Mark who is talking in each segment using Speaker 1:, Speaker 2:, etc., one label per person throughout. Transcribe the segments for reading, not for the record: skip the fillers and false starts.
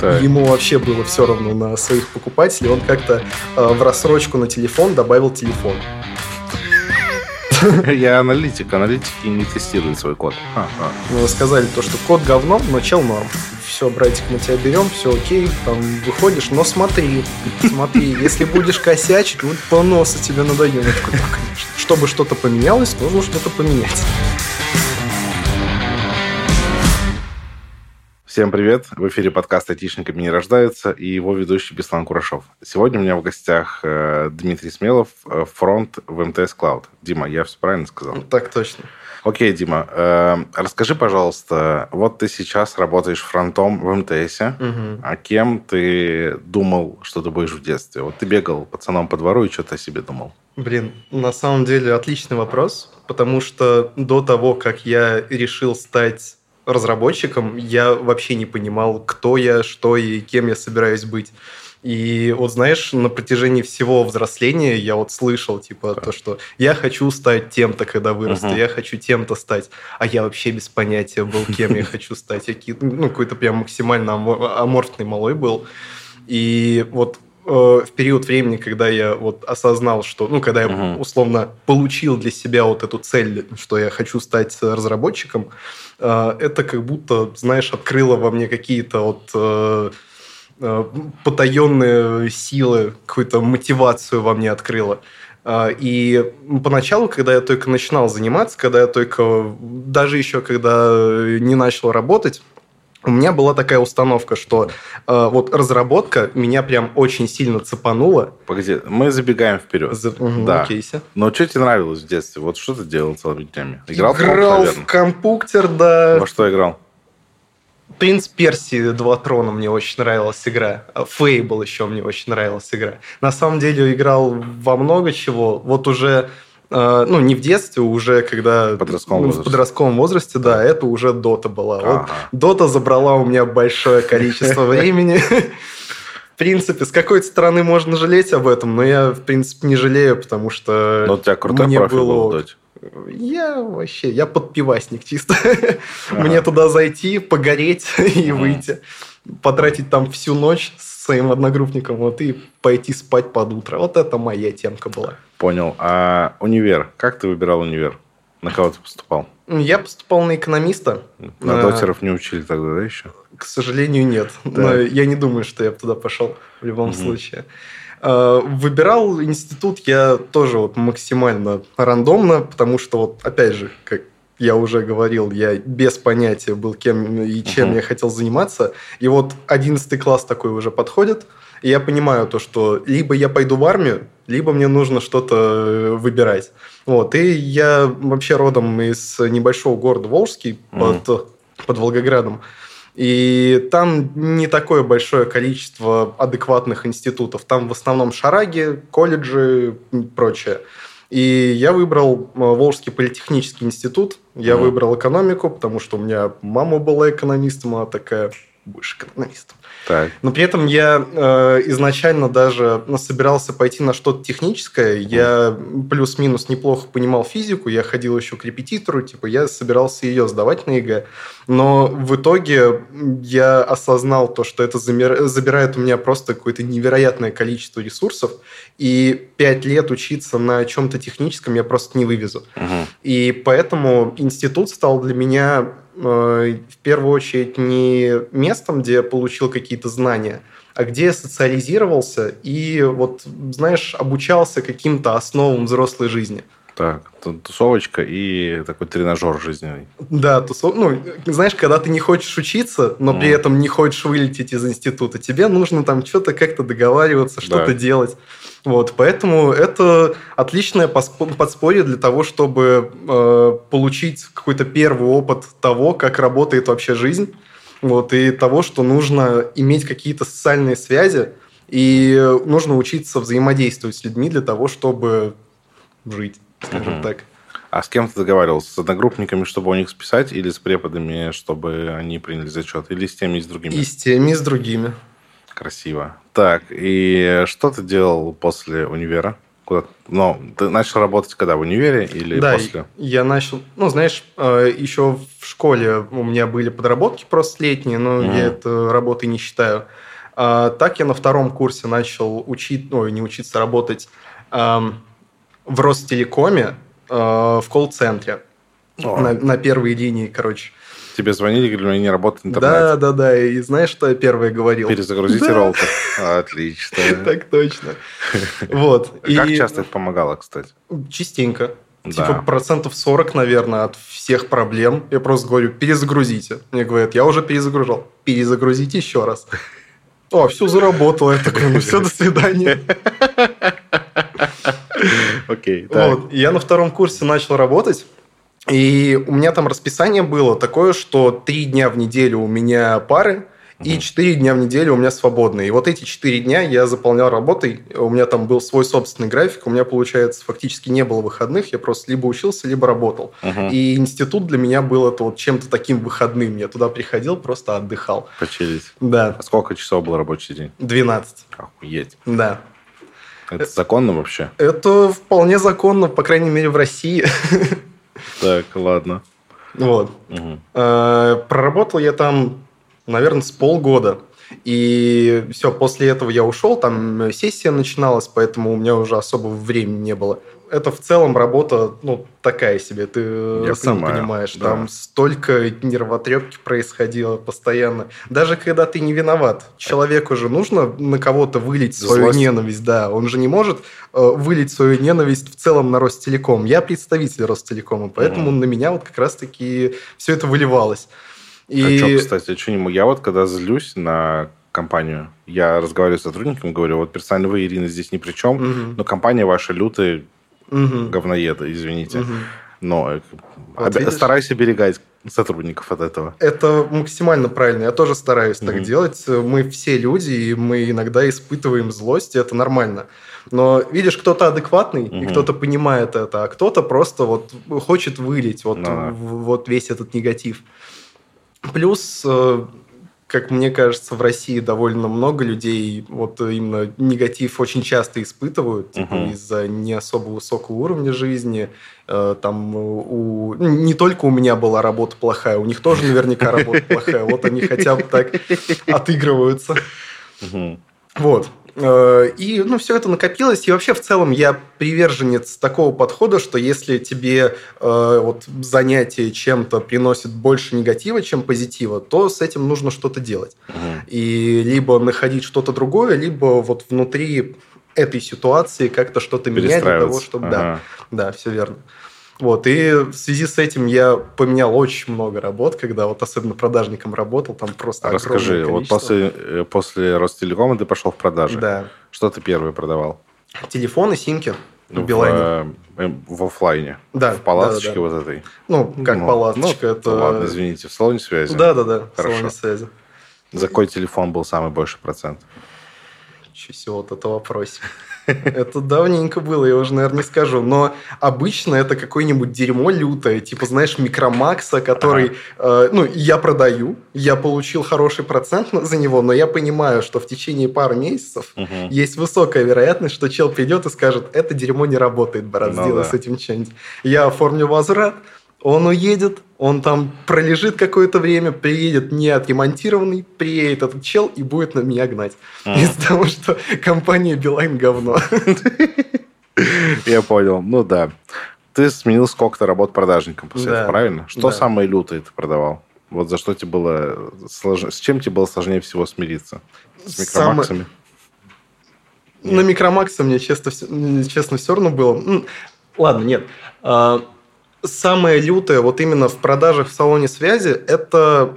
Speaker 1: Так.
Speaker 2: Ему вообще было все равно на своих покупателей. Он как-то в рассрочку на телефон добавил телефон.
Speaker 1: Я аналитик. Аналитики не тестируют свой код.
Speaker 2: Мы сказали то, что код говно, но чел норм. Все, братик, мы тебя берем, все окей, там выходишь, но смотри, если будешь косячить, вот по носу тебе надоем. Я такой, да, конечно. Чтобы что-то поменялось, нужно что-то поменять.
Speaker 1: Всем привет! В эфире подкаст «Айтишниками не рождаются» и его ведущий Беслан Курашов. Сегодня у меня в гостях Дмитрий Смелов, фронт в МТС Cloud. Дима, я все правильно сказал?
Speaker 2: Так точно.
Speaker 1: Окей, Дима, расскажи, пожалуйста, вот ты сейчас работаешь фронтом в МТСе, а кем ты думал, что ты будешь в детстве? Вот ты бегал пацаном по двору и что ты о себе думал?
Speaker 2: Блин, на самом деле отличный вопрос, потому что до того, как я решил стать разработчиком, я вообще не понимал, кто я, что и кем я собираюсь быть. И вот, знаешь, на протяжении всего взросления я вот слышал, типа, то, что я хочу стать тем-то, когда вырасту, я хочу тем-то стать, а я вообще без понятия был, кем я хочу стать. Я какой-то прям максимально аморфный малой был. И вот в период времени, когда я вот осознал, что, когда я условно получил для себя вот эту цель, что я хочу стать разработчиком, это как будто, знаешь, открыло во мне какие-то вот потаенные силы, какую-то мотивацию во мне открыло. И поначалу, когда я только начинал заниматься, даже еще когда не начал работать, у меня была такая установка, что вот разработка меня прям очень сильно цепанула.
Speaker 1: Погоди, мы забегаем вперед. Да.
Speaker 2: Окейся.
Speaker 1: Но что тебе нравилось в детстве? Вот что ты делал целыми днями?
Speaker 2: Играл в компьютер, да.
Speaker 1: Во что играл?
Speaker 2: «Принц Персии. Два трона» мне очень нравилась игра. «Фейбл» еще мне очень нравилась игра. На самом деле играл во много чего. Вот уже... не в детстве, уже когда...
Speaker 1: В подростковом
Speaker 2: возрасте, да, это уже Дота была. Вот Дота забрала у меня большое количество времени. В принципе, с какой-то стороны можно жалеть об этом, но я, в принципе, не жалею, потому что...
Speaker 1: Но у тебя крутой профиль был в Доте.
Speaker 2: Я подпивасник чисто. Мне туда зайти, погореть и выйти. Потратить там всю ночь с своим одногруппником, вот, и пойти спать под утро. Вот это моя темка была.
Speaker 1: Понял. А универ? Как ты выбирал универ? На кого ты поступал?
Speaker 2: Я поступал на экономиста.
Speaker 1: На дотеров не учили тогда, да, еще?
Speaker 2: К сожалению, нет. Да. Но я не думаю, что я бы туда пошел в любом случае. Выбирал институт я тоже вот максимально рандомно, потому что, вот, опять же, как я уже говорил, я без понятия был, кем и чем я хотел заниматься. И вот 11 класс такой уже подходит, и я понимаю то, что либо я пойду в армию, либо мне нужно что-то выбирать. Вот. И я вообще родом из небольшого города Волжский под Волгоградом. И там не такое большое количество адекватных институтов. Там в основном шараги, колледжи и прочее. И я выбрал Волжский политехнический институт. Я выбрал экономику, потому что у меня мама была экономистом, она такая, будешь экономистом.
Speaker 1: Так.
Speaker 2: Но при этом я изначально даже собирался пойти на что-то техническое. Я плюс-минус неплохо понимал физику. Я ходил еще к репетитору. Я собирался ее сдавать на ЕГЭ. Но в итоге я осознал то, что это забирает у меня просто какое-то невероятное количество ресурсов. И 5 лет учиться на чем-то техническом я просто не вывезу. И поэтому институт стал для меня... в первую очередь не местом, где я получил какие-то знания, а где я социализировался и, вот, знаешь, обучался каким-то основам взрослой жизни.
Speaker 1: Так, тусовочка и такой тренажер жизненный.
Speaker 2: Да, знаешь, когда ты не хочешь учиться, но при этом не хочешь вылететь из института, тебе нужно там что-то как-то договариваться, что-то делать. Вот, поэтому это отличное подспорье для того, чтобы получить какой-то первый опыт того, как работает вообще жизнь, вот, и того, что нужно иметь какие-то социальные связи, и нужно учиться взаимодействовать с людьми для того, чтобы жить, скажем так.
Speaker 1: А с кем ты договаривался? С одногруппниками, чтобы у них списать, или с преподами, чтобы они приняли зачет? Или с теми и с другими?
Speaker 2: И с теми, и с другими.
Speaker 1: Красиво. Так, и что ты делал после универа? куда... Ну, ты начал работать когда, в универе или после?
Speaker 2: Да, я начал... Ну, знаешь, еще в школе у меня были подработки просто летние, но я это работой не считаю. Так я на втором курсе начал работать в Ростелекоме в колл-центре. На первой линии, короче.
Speaker 1: Тебе звонили, говорили, у меня не работает интернет.
Speaker 2: Да. И знаешь, что я первое говорил?
Speaker 1: Перезагрузите роутер. Отлично.
Speaker 2: Так точно. Вот.
Speaker 1: Как часто это помогало, кстати?
Speaker 2: Частенько. Типа 40%, наверное, от всех проблем. Я просто говорю, перезагрузите. Мне говорят, я уже перезагружал. Перезагрузите еще раз. О, все заработало. Я такой, ну все, до свидания.
Speaker 1: Окей.
Speaker 2: Вот. Я на втором курсе начал работать. И у меня там расписание было такое, что 3 дня в неделю у меня пары, и 4 дня в неделю у меня свободные. И вот эти 4 дня я заполнял работой. У меня там был свой собственный график. У меня, получается, фактически не было выходных. Я просто либо учился, либо работал. И институт для меня был это вот чем-то таким выходным. Я туда приходил, просто отдыхал.
Speaker 1: Почилить.
Speaker 2: Да.
Speaker 1: А сколько часов был рабочий день?
Speaker 2: 12.
Speaker 1: Охуеть.
Speaker 2: Да.
Speaker 1: Это законно вообще?
Speaker 2: Это вполне законно, по крайней мере, в России.
Speaker 1: Так, ладно.
Speaker 2: Вот. Проработал я там, наверное, с полгода. И все, после этого я ушел, там сессия начиналась, поэтому у меня уже особого времени не было. Это в целом работа, такая себе, ты сам понимаешь. Да. Там столько нервотрепки происходило постоянно. Даже когда ты не виноват. Человеку же нужно на кого-то вылить свою ненависть. Да, он же не может вылить свою ненависть в целом на Ростелеком. Я представитель Ростелекома, поэтому на меня вот как раз-таки все это выливалось.
Speaker 1: А что, кстати, я вот когда злюсь на компанию, я разговариваю с сотрудником, говорю, вот персонально вы, Ирина, здесь ни при чем, но компания ваша лютая говноеды, извините. Но стараюсь оберегать сотрудников от этого.
Speaker 2: Это максимально правильно. Я тоже стараюсь так делать. Мы все люди, и мы иногда испытываем злость, и это нормально. Но видишь, кто-то адекватный, и кто-то понимает это, а кто-то просто вот хочет вылить вот весь этот негатив. Плюс, как мне кажется, в России довольно много людей вот именно негатив очень часто испытывают из-за не особо высокого уровня жизни. Там не только у меня была работа плохая, у них тоже наверняка работа плохая. Вот они хотя бы так отыгрываются. Вот. И все это накопилось. И вообще в целом я приверженец такого подхода, что если тебе занятие чем-то приносит больше негатива, чем позитива, то с этим нужно что-то делать. И либо находить что-то другое, либо вот внутри этой ситуации как-то что-то менять для того, чтобы... Да, все верно. Вот, и в связи с этим я поменял очень много работ, когда вот особенно продажником работал, там просто
Speaker 1: Расскажи, вот после Ростелекома ты пошел в продажи.
Speaker 2: Да.
Speaker 1: Что ты первый продавал?
Speaker 2: Телефоны, симки в Билайне.
Speaker 1: В офлайне?
Speaker 2: Да.
Speaker 1: В палаточке вот этой?
Speaker 2: Палаточка, это...
Speaker 1: Ладно, извините, в салоне связи?
Speaker 2: Да, в салоне связи.
Speaker 1: За какой телефон был самый большой процент?
Speaker 2: Чуть всего вот это вопросик. Это давненько было, я уже, наверное, не скажу. Но обычно это какое-нибудь дерьмо лютое, типа, знаешь, Микромакса, который, я продаю, я получил хороший процент за него, но я понимаю, что в течение пары месяцев есть высокая вероятность, что чел придет и скажет, это дерьмо не работает, брат, сделай с этим что-нибудь. Я оформлю возврат, он уедет, он там пролежит какое-то время, приедет не отремонтированный, приедет этот чел и будет на меня гнать. Из-за того, что компания Билайн говно.
Speaker 1: Я понял. Ну да. Ты сменил сколько-то работ продажником после этого, правильно? Что самое лютое ты продавал? Вот за что тебе было сложнее? С чем тебе было сложнее всего смириться? С Микромаксами?
Speaker 2: На Микромаксе мне, честно, все равно было. Ладно, нет. Самое лютое вот именно в продажах в салоне связи, это,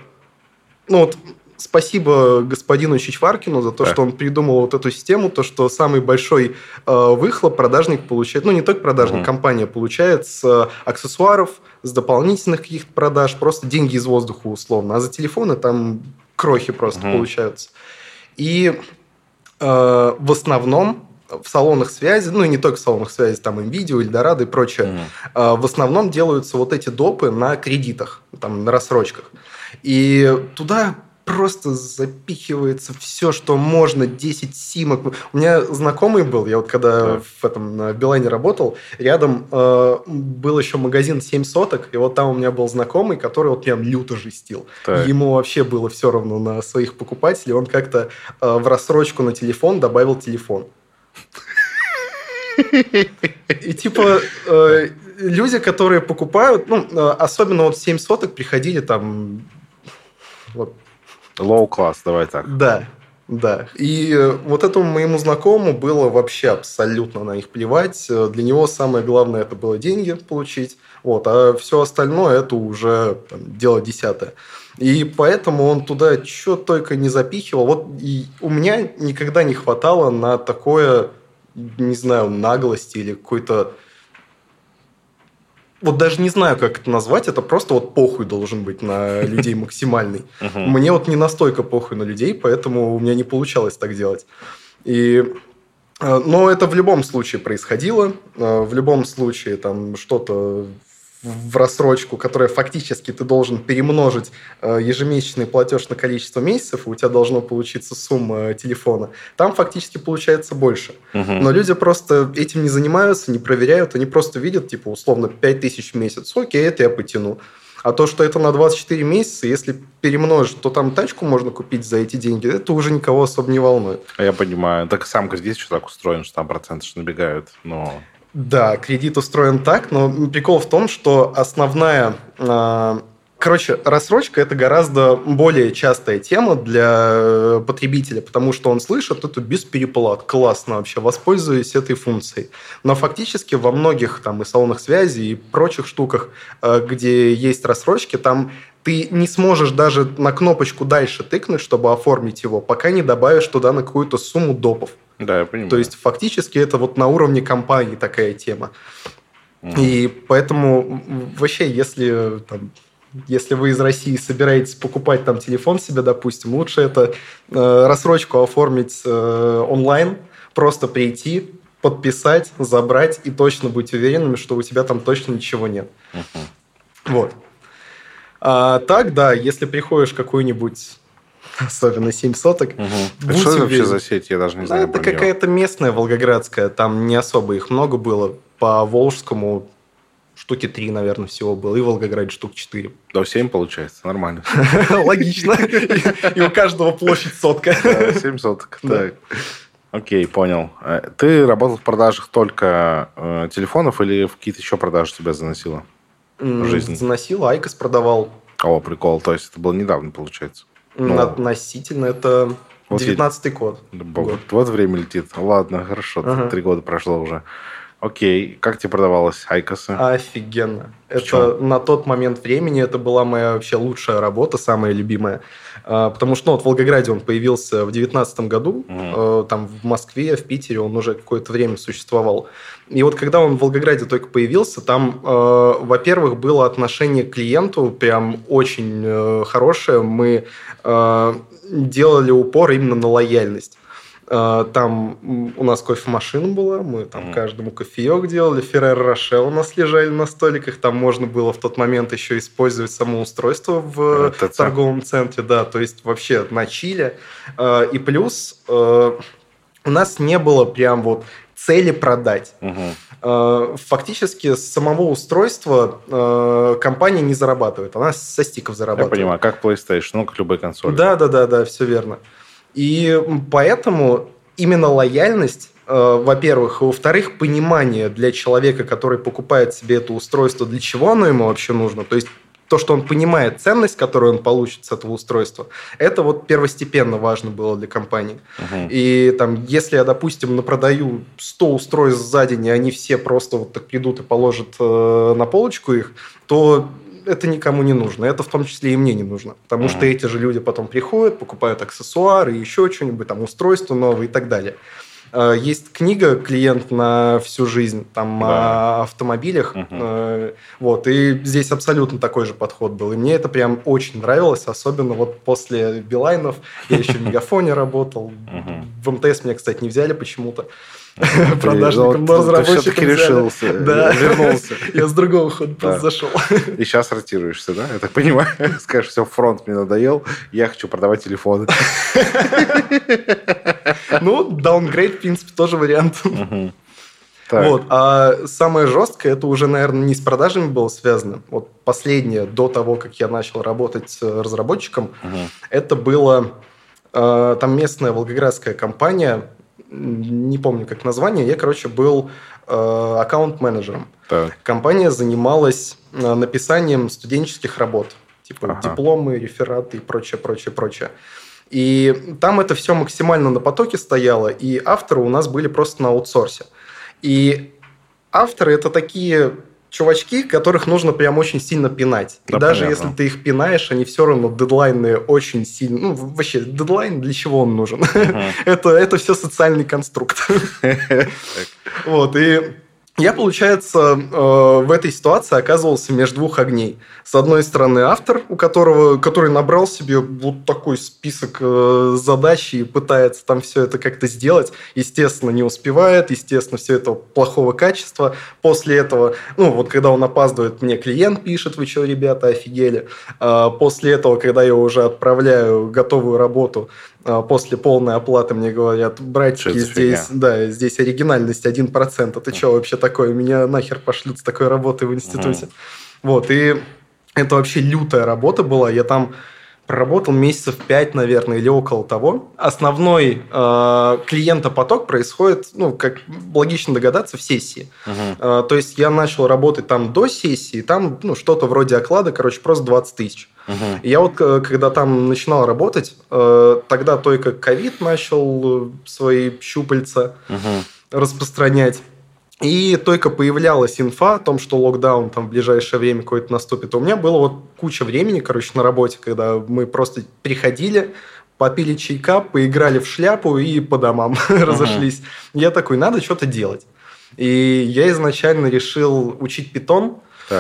Speaker 2: спасибо господину Чичваркину за то, что он придумал вот эту систему, то, что самый большой выхлоп продажник получает, не только продажник, компания получает с аксессуаров, с дополнительных каких-то продаж, просто деньги из воздуха условно, а за телефоны там крохи просто получаются. И в основном в салонах связи, и не только в салонах связи, там М-Видео, Эльдорадо и прочее, в основном делаются вот эти допы на кредитах, там, на рассрочках. И туда просто запихивается все, что можно, 10 симок. У меня знакомый был, я вот когда на Билайне работал, рядом был еще магазин 7 соток, и вот там у меня был знакомый, который вот прям люто жестил. Ему вообще было все равно на своих покупателей, он как-то в рассрочку на телефон добавил телефон. И типа люди, которые покупают, особенно вот 7 соток приходили там...
Speaker 1: Low class, давай так.
Speaker 2: Да. И вот этому моему знакомому было вообще абсолютно на них плевать. Для него самое главное это было деньги получить, а все остальное это уже дело десятое. И поэтому он туда что только не запихивал. И у меня никогда не хватало на такое, не знаю, наглости или какой-то... даже не знаю, как это назвать, это просто похуй должен быть на людей максимальный. Мне не настолько похуй на людей, поэтому у меня не получалось так делать. Но это в любом случае происходило. В любом случае там что-то в рассрочку, которое фактически ты должен перемножить ежемесячный платеж на количество месяцев, и у тебя должно получиться сумма телефона. Там фактически получается больше. Но люди просто этим не занимаются, не проверяют, они просто видят, условно, 5000 в месяц. Окей, это я потяну. А то, что это на 24 месяца, если перемножить, то там тачку можно купить за эти деньги, это уже никого особо не волнует.
Speaker 1: Я понимаю. Так сам кредит еще так устроен, что там проценты набегают, но...
Speaker 2: Да, кредит устроен так, но прикол в том, что основная... рассрочка – это гораздо более частая тема для потребителя, потому что он слышит это без переплат. Классно вообще, воспользуюсь этой функцией. Но фактически во многих и салонах связи, и прочих штуках, где есть рассрочки, там ты не сможешь даже на кнопочку дальше тыкнуть, чтобы оформить его, пока не добавишь туда на какую-то сумму допов.
Speaker 1: Да, я понимаю.
Speaker 2: То есть фактически это на уровне компании такая тема. И поэтому вообще, если вы из России собираетесь покупать телефон себе, допустим, лучше это рассрочку оформить онлайн, просто прийти, подписать, забрать и точно быть уверенными, что у тебя там точно ничего нет. А так, да, если приходишь в какую-нибудь... Особенно 7 соток.
Speaker 1: Это что вообще за сеть? Я даже не знаю.
Speaker 2: Это какая-то местная волгоградская. Там не особо их много было. По Волжскому штуки 3, наверное, всего было. И в Волгограде штук 4.
Speaker 1: Да, 7 получается. Нормально.
Speaker 2: Логично. И у каждого площадь сотка.
Speaker 1: 7 соток. Так. Окей, понял. Ты работал в продажах только телефонов или в какие-то еще продажи тебя заносило в жизнь?
Speaker 2: Заносило. Айкос продавал.
Speaker 1: О, прикол. То есть это было недавно, получается.
Speaker 2: Относительно, это 19-й год.
Speaker 1: Вот время летит. Ладно, хорошо, 3 года прошло уже. Окей, как тебе продавалось Айкосы?
Speaker 2: Офигенно. Это на тот момент времени это была моя вообще лучшая работа, самая любимая. Потому что в Волгограде он появился в 2019 году, там в Москве, в Питере он уже какое-то время существовал. И когда он в Волгограде только появился, там, во-первых, было отношение к клиенту прям очень хорошее. Мы делали упор именно на лояльность. Там у нас кофемашина была, мы там каждому кофеек делали, Ферреро Роше у нас лежали на столиках, там можно было в тот момент еще использовать само устройство в торговом центре, да, то есть вообще на чиле. И плюс у нас не было прям цели продать. Фактически с самого устройства компания не зарабатывает, она со стиков зарабатывает.
Speaker 1: Я понимаю, как PlayStation, как любая консоль.
Speaker 2: Да, все верно. И поэтому именно лояльность, во-первых, и во-вторых, понимание для человека, который покупает себе это устройство, для чего оно ему вообще нужно, то есть то, что он понимает ценность, которую он получит с этого устройства, это первостепенно важно было для компании. И если я, допустим, напродаю 100 устройств за день, и они все просто так придут и положат на полочку их, то это никому не нужно. Это в том числе и мне не нужно. Потому что эти же люди потом приходят, покупают аксессуары, еще что-нибудь, устройства новые и так далее. Есть книга «Клиент на всю жизнь», о автомобилях. И здесь абсолютно такой же подход был. И мне это прям очень нравилось, особенно после Билайнов. Я еще в Мегафоне работал. В МТС меня, кстати, не взяли почему-то. продажником, но разработчиком.
Speaker 1: Ты все-таки решился, вернулся.
Speaker 2: Я с другого хода просто зашел.
Speaker 1: И сейчас ротируешься, да? Я так понимаю. Скажешь, все, фронт мне надоел, я хочу продавать телефоны.
Speaker 2: Ну, даунгрейд, в принципе, тоже вариант. Вот. А самое жесткое, это уже, наверное, не с продажами было связано. Вот последнее, до того, как я начал работать разработчиком, это было... Там местная волгоградская компания, не помню, как название, я, короче, был аккаунт-менеджером. Компания занималась написанием студенческих работ, типа дипломы, рефераты и прочее, прочее, прочее. И там это все максимально на потоке стояло, и авторы у нас были просто на аутсорсе. И авторы – это такие чувачки, которых нужно прям очень сильно пинать. Да, и даже если ты их пинаешь, они все равно дедлайны очень сильно... Ну, вообще, дедлайн для чего он нужен? Это все социальный конструкт. Вот, и... Я, получается, в этой ситуации оказывался между двух огней. С одной стороны, автор, который набрал себе вот такой список задач и пытается там все это как-то сделать. Естественно, не успевает, естественно, все это плохого качества. После этого, ну, вот когда он опаздывает, мне клиент пишет: вы что, ребята, офигели? После этого, когда я уже отправляю готовую работу, после полной оплаты мне говорят: братики, здесь оригинальность 1%. Это что вообще такое? Меня нахер пошлют с такой работой в институте. Вот, и это вообще лютая работа была. Я там проработал месяцев 5, наверное, или около того. Основной клиентопоток происходит, ну, как логично догадаться, в сессии. То есть я начал работать там до сессии, там что-то вроде оклада, короче, просто 20 тысяч. И я вот, когда там начинал работать, тогда только ковид начал свои щупальца распространять. И только появлялась инфа о том, что локдаун там в ближайшее время какой-то наступит. У меня было вот куча времени, короче, на работе, когда мы просто приходили, попили чайка, поиграли в шляпу и по домам разошлись. Я такой: надо что-то делать. И я изначально решил учить Python.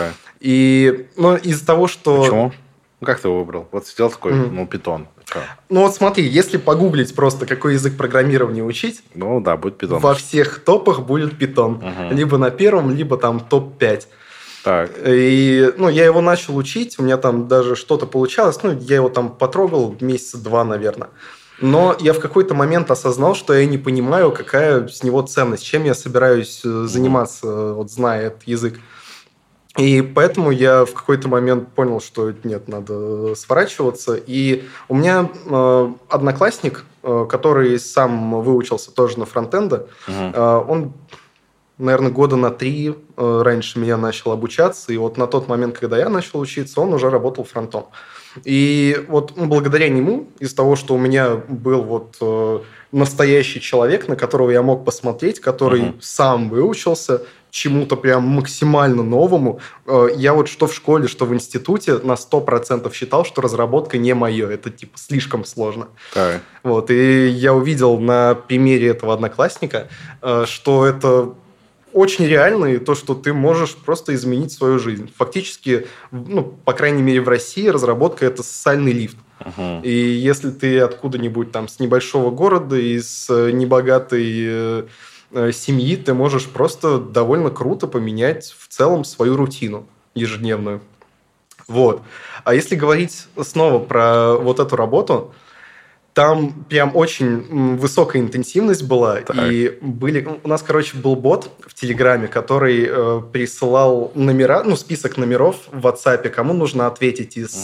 Speaker 2: Но из-за того, что...
Speaker 1: Почему? Как ты его выбрал? Вот сидел такой, Python.
Speaker 2: Ну вот смотри, если погуглить просто, какой язык программирования учить,
Speaker 1: ну да, будет Python.
Speaker 2: Во всех топах будет Python. Либо на первом, либо там топ-5.
Speaker 1: Так.
Speaker 2: И я его начал учить, у меня там даже что-то получалось. Я его там потрогал месяца 2, наверное. Но я в какой-то момент осознал, что я не понимаю, какая с него ценность, чем я собираюсь заниматься, вот зная этот язык. И поэтому я в какой-то момент понял, что нет, надо сворачиваться. И у меня одноклассник, который сам выучился тоже на фронтенда, он, наверное, года на 3 раньше меня начал обучаться. И вот на тот момент, когда я начал учиться, он уже работал фронтом. И вот благодаря нему, из-за того, что у меня был вот настоящий человек, на которого я мог посмотреть, который сам выучился чему-то прям максимально новому, я вот что в школе, что в институте на 100% считал, что разработка не мое. Это типа слишком сложно. Вот, и я увидел на примере этого одноклассника, что это очень реально, и то, что ты можешь просто изменить свою жизнь. Фактически, по крайней мере, в России разработка – это социальный лифт. И если ты откуда-нибудь там с небольшого города, из небогатой семьи, ты можешь просто довольно круто поменять в целом свою рутину ежедневную. Вот. А если говорить снова про вот эту работу, там прям очень высокая интенсивность была. И у нас, короче, был бот в Телеграме, который присылал номера, список номеров в WhatsApp, кому нужно ответить из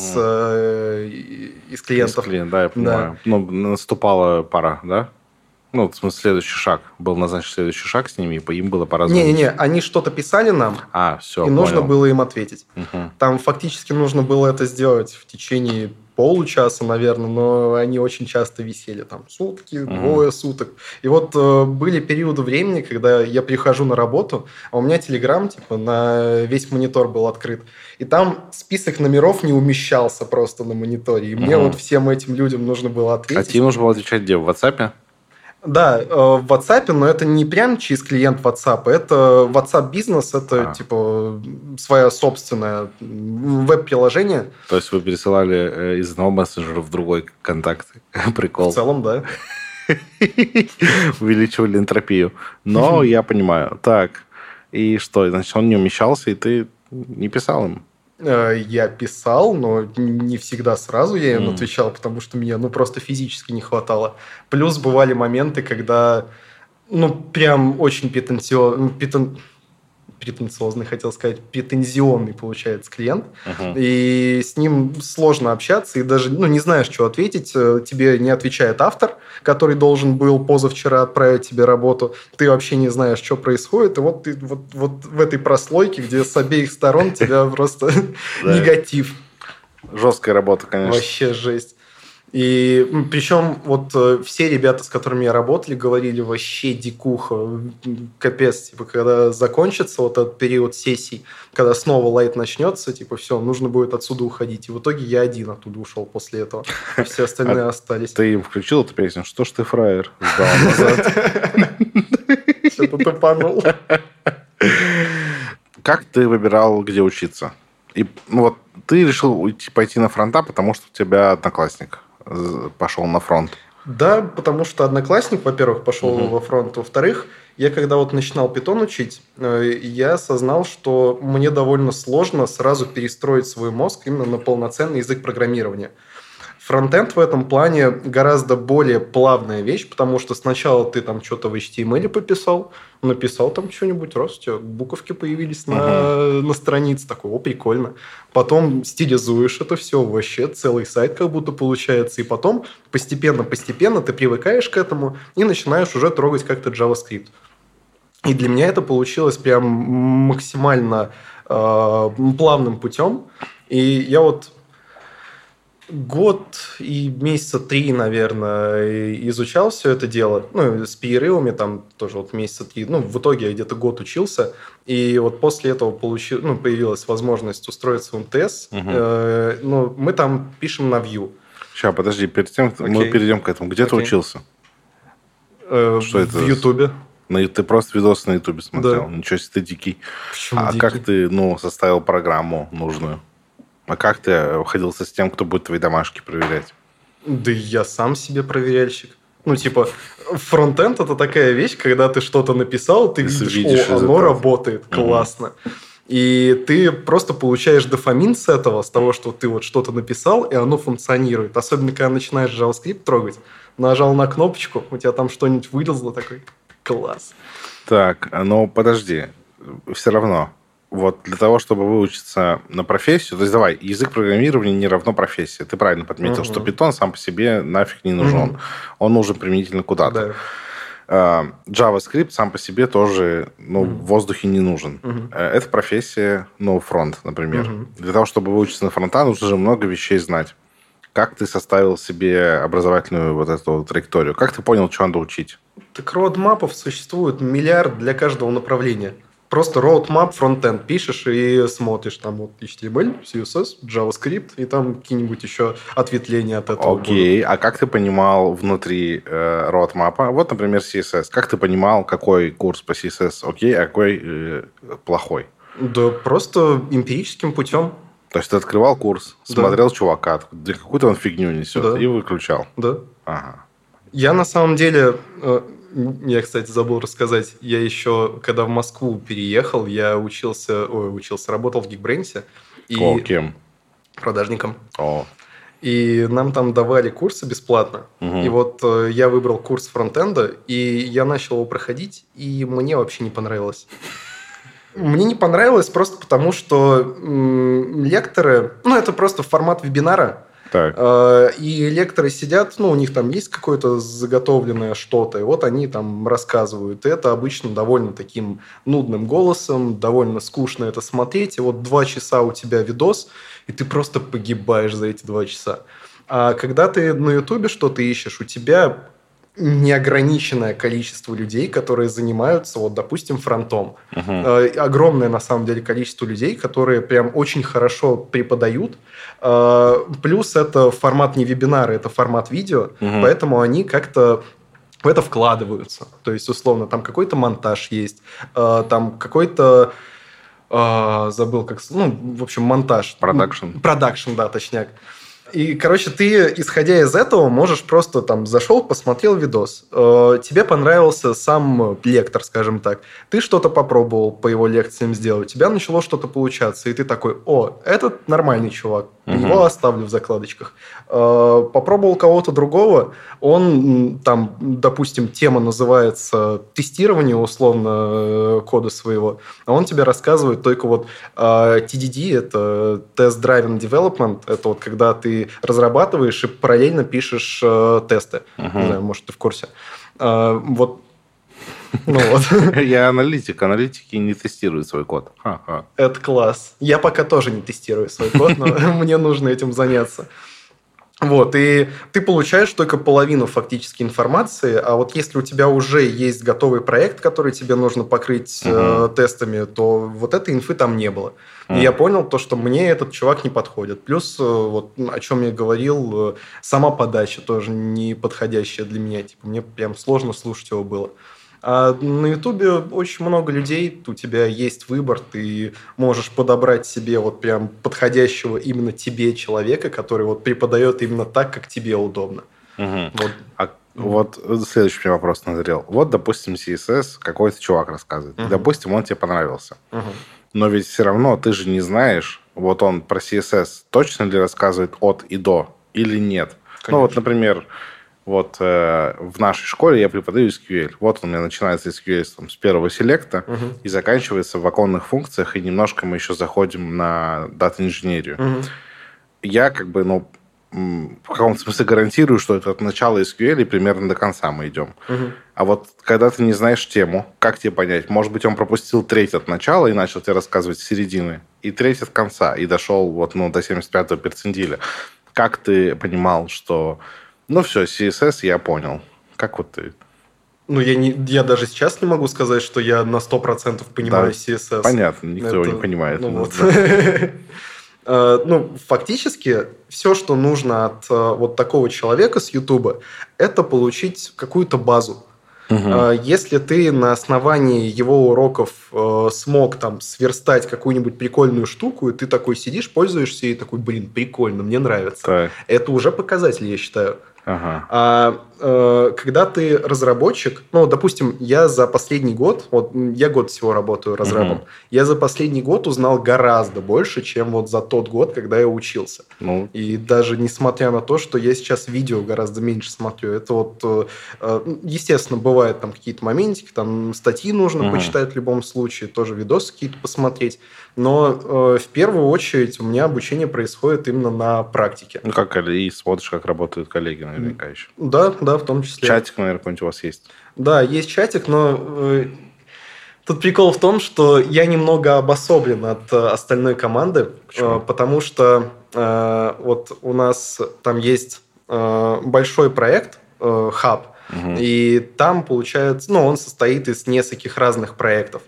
Speaker 2: клиентов.
Speaker 1: Да, я понимаю. Да. Наступала пора, да? В смысле, следующий шаг. Был назначен следующий шаг с ними, и по им было пора звонить.
Speaker 2: Не-не-не, они что-то писали нам,
Speaker 1: все,
Speaker 2: и нужно было им ответить. Там фактически нужно было это сделать в течение получаса, наверное, но они очень часто висели. Там сутки, двое суток. И вот были периоды времени, когда я прихожу на работу, а у меня Telegram на весь монитор был открыт. И там список номеров не умещался просто на мониторе. И мне вот всем этим людям нужно было ответить.
Speaker 1: А тебе нужно было отвечать где? В WhatsApp?
Speaker 2: Да, в WhatsApp, но это не прям через клиент WhatsApp, это WhatsApp бизнес, это типа свое собственное веб-приложение.
Speaker 1: То есть вы пересылали из одного мессенджера в другой контакты? Прикол.
Speaker 2: В целом, да.
Speaker 1: Увеличивали энтропию. Но я понимаю. Так, и что? Значит, он не умещался, и ты не писал им?
Speaker 2: Я писал, но не всегда сразу я им отвечал, потому что мне просто физически не хватало. Плюс бывали моменты, когда прям очень претенциозный, хотел сказать, претензионный получается клиент, и с ним сложно общаться, и даже не знаешь, что ответить. Тебе не отвечает автор, который должен был позавчера отправить тебе работу, ты вообще не знаешь, что происходит, и вот ты вот в этой прослойке, где с обеих сторон тебя просто негатив.
Speaker 1: Жесткая работа, конечно.
Speaker 2: Вообще жесть. И причем все ребята, с которыми я работал, говорили вообще дикуха, капец, когда закончится этот период сессий, когда снова лайт начнется, все, нужно будет отсюда уходить. И в итоге я один оттуда ушел после этого, а все остальные остались.
Speaker 1: Ты им включил эту песню? Что ж ты, фраер, сдал назад?
Speaker 2: Что-то тупанул.
Speaker 1: Как ты выбирал, где учиться? И ты решил пойти на фронта, потому что у тебя одноклассник пошел на фронт.
Speaker 2: Да, потому что одноклассник, во-первых, пошел во фронт. Во-вторых, я когда начинал питон учить, я осознал, что мне довольно сложно сразу перестроить свой мозг именно на полноценный язык программирования. Фронтенд в этом плане гораздо более плавная вещь, потому что сначала ты там что-то в HTML пописал, написал там что-нибудь, раз у тебя буковки появились на странице, такой, прикольно. Потом стилизуешь это все, вообще целый сайт как будто получается, и потом постепенно ты привыкаешь к этому и начинаешь уже трогать как-то JavaScript. И для меня это получилось прям максимально плавным путем, и я год и месяца 3, наверное, изучал все это дело. С перерывами там тоже месяца 3. В итоге я где-то год учился. И после этого появилась возможность устроиться в МТС. Мы там пишем на Vue.
Speaker 1: Сейчас, подожди, перед тем, мы перейдем к этому. Где ты учился?
Speaker 2: Что это? В Ютубе.
Speaker 1: Ты просто видосы на Ютубе смотрел?
Speaker 2: Да.
Speaker 1: Ничего себе, ты дикий.
Speaker 2: Почему дикий?
Speaker 1: Как ты составил программу нужную? А как ты обходился с тем, кто будет твои домашки проверять?
Speaker 2: Да я сам себе проверяльщик. Фронтенд – это такая вещь, когда ты что-то написал, ты видишь, оно работает, классно. И ты просто получаешь дофамин с этого, с того, что ты что-то написал, и оно функционирует. Особенно, когда начинаешь JavaScript трогать, нажал на кнопочку, у тебя там что-нибудь вылезло, такой класс.
Speaker 1: Так, подожди, все равно. Для того, чтобы выучиться на профессию, то есть давай, язык программирования не равно профессии. Ты правильно подметил, что Python сам по себе нафиг не нужен. Он нужен применительно куда-то. Да. JavaScript сам по себе тоже в воздухе не нужен. Это профессия, фронт, например. Для того, чтобы выучиться на фронта, нужно же много вещей знать. Как ты составил себе образовательную эту траекторию? Как ты понял, что надо учить?
Speaker 2: Так роудмапов существует миллиард для каждого направления. Просто roadmap, фронтенд пишешь и смотришь там HTML, CSS, JavaScript и там какие-нибудь еще ответвления от этого.
Speaker 1: Окей, а как ты понимал внутри roadmap, например, CSS, как ты понимал, какой курс по CSS окей, а какой плохой?
Speaker 2: Да просто эмпирическим путем.
Speaker 1: То есть ты открывал курс, смотрел чувака, какую-то он фигню несет, и выключал?
Speaker 2: Да.
Speaker 1: Ага.
Speaker 2: Я на самом деле... Я, кстати, забыл рассказать. Я еще, когда в Москву переехал, я работал в Geekbrains.
Speaker 1: Кем?
Speaker 2: Продажником.
Speaker 1: О.
Speaker 2: И нам там давали курсы бесплатно. И я выбрал курс фронтенда, и я начал его проходить, и мне вообще не понравилось. Мне не понравилось просто потому, что лекторы... это просто формат вебинара.
Speaker 1: Так.
Speaker 2: И лекторы сидят, у них там есть какое-то заготовленное что-то, и они там рассказывают. И это обычно довольно таким нудным голосом, довольно скучно это смотреть. И 2 часа у тебя видос, и ты просто погибаешь за эти 2 часа. А когда ты на Ютубе что-то ищешь, у тебя неограниченное количество людей, которые занимаются, допустим, фронтом. Огромное, на самом деле, количество людей, которые прям очень хорошо преподают. Плюс это формат не вебинара, это формат видео, поэтому они как-то в это вкладываются. То есть, условно, там какой-то монтаж есть, там какой-то... забыл, как... в общем, монтаж.
Speaker 1: Продакшн.
Speaker 2: Продакшн, да, точняк. И, короче, ты, исходя из этого, можешь просто там зашел, посмотрел видос. Тебе понравился сам лектор, скажем так. Ты что-то попробовал по его лекциям сделать. У тебя начало что-то получаться. И ты такой, этот нормальный чувак. Его оставлю в закладочках. Попробовал кого-то другого. Он там, допустим, тема называется тестирование условно кода своего. А он тебе рассказывает только вот TDD, это Test Driven Development. Это вот когда ты разрабатываешь и параллельно пишешь тесты. Не знаю, может, ты в курсе. Вот.
Speaker 1: Я аналитик. Аналитики не тестируют свой код.
Speaker 2: Это класс. Я пока тоже не тестирую свой код, но мне нужно этим заняться. Вот, и ты получаешь только половину фактически информации, а вот если у тебя уже есть готовый проект, который тебе нужно покрыть тестами, то вот этой инфы там не было. И я понял то, что мне этот чувак не подходит. Плюс, вот о чем я говорил, сама подача тоже не подходящая для меня. Типа, мне прям сложно слушать его было. А на Ютубе очень много людей, у тебя есть выбор, ты можешь подобрать себе вот прям подходящего именно тебе человека, который вот преподает именно так, как тебе удобно.
Speaker 1: Вот следующий мне вопрос назрел. Вот, допустим, CSS какой-то чувак рассказывает. И, допустим, он тебе понравился. Но ведь все равно ты же не знаешь, вот он про CSS точно ли рассказывает от и до или нет. Конечно. Ну вот, например... Вот в нашей школе я преподаю SQL. Вот он у меня начинается SQL с первого селекта и заканчивается в оконных функциях, и немножко мы еще заходим на дата-инженерию. Я в каком-то смысле гарантирую, что это от начала SQL и примерно до конца мы идем. А вот когда ты не знаешь тему, как тебе понять? Может быть, он пропустил треть от начала и начал тебе рассказывать с середины, и треть от конца, и дошел до 75-го перцентиля. Как ты понимал, что... Ну все, CSS я понял. Как вот ты?
Speaker 2: Я даже сейчас не могу сказать, что я на 100% понимаю CSS.
Speaker 1: Понятно, никто его не понимает.
Speaker 2: Фактически, все, что нужно от вот такого человека с Ютуба, это получить какую-то базу. Если ты на основании его уроков смог там сверстать какую-нибудь прикольную штуку, и ты такой сидишь, пользуешься, и такой, прикольно, мне нравится.
Speaker 1: Так.
Speaker 2: Это уже показатель, я считаю. Когда ты разработчик, допустим, я за последний год, я год всего работаю разрабом, я за последний год узнал гораздо больше, чем вот за тот год, когда я учился. И даже несмотря на то, что я сейчас видео гораздо меньше смотрю, это естественно, бывают там какие-то моментики, там статьи нужно почитать в любом случае, тоже видосы какие-то посмотреть, но в первую очередь у меня обучение происходит именно на практике.
Speaker 1: И смотришь, как работают коллеги, наверняка еще.
Speaker 2: Да, в том числе.
Speaker 1: Чатик, наверное, какой-нибудь у вас есть?
Speaker 2: Да, есть чатик, но тут прикол в том, что я немного обособлен от остальной команды.
Speaker 1: Почему?
Speaker 2: Потому что вот у нас там есть большой проект, хаб, и там, получается, он состоит из нескольких разных проектов.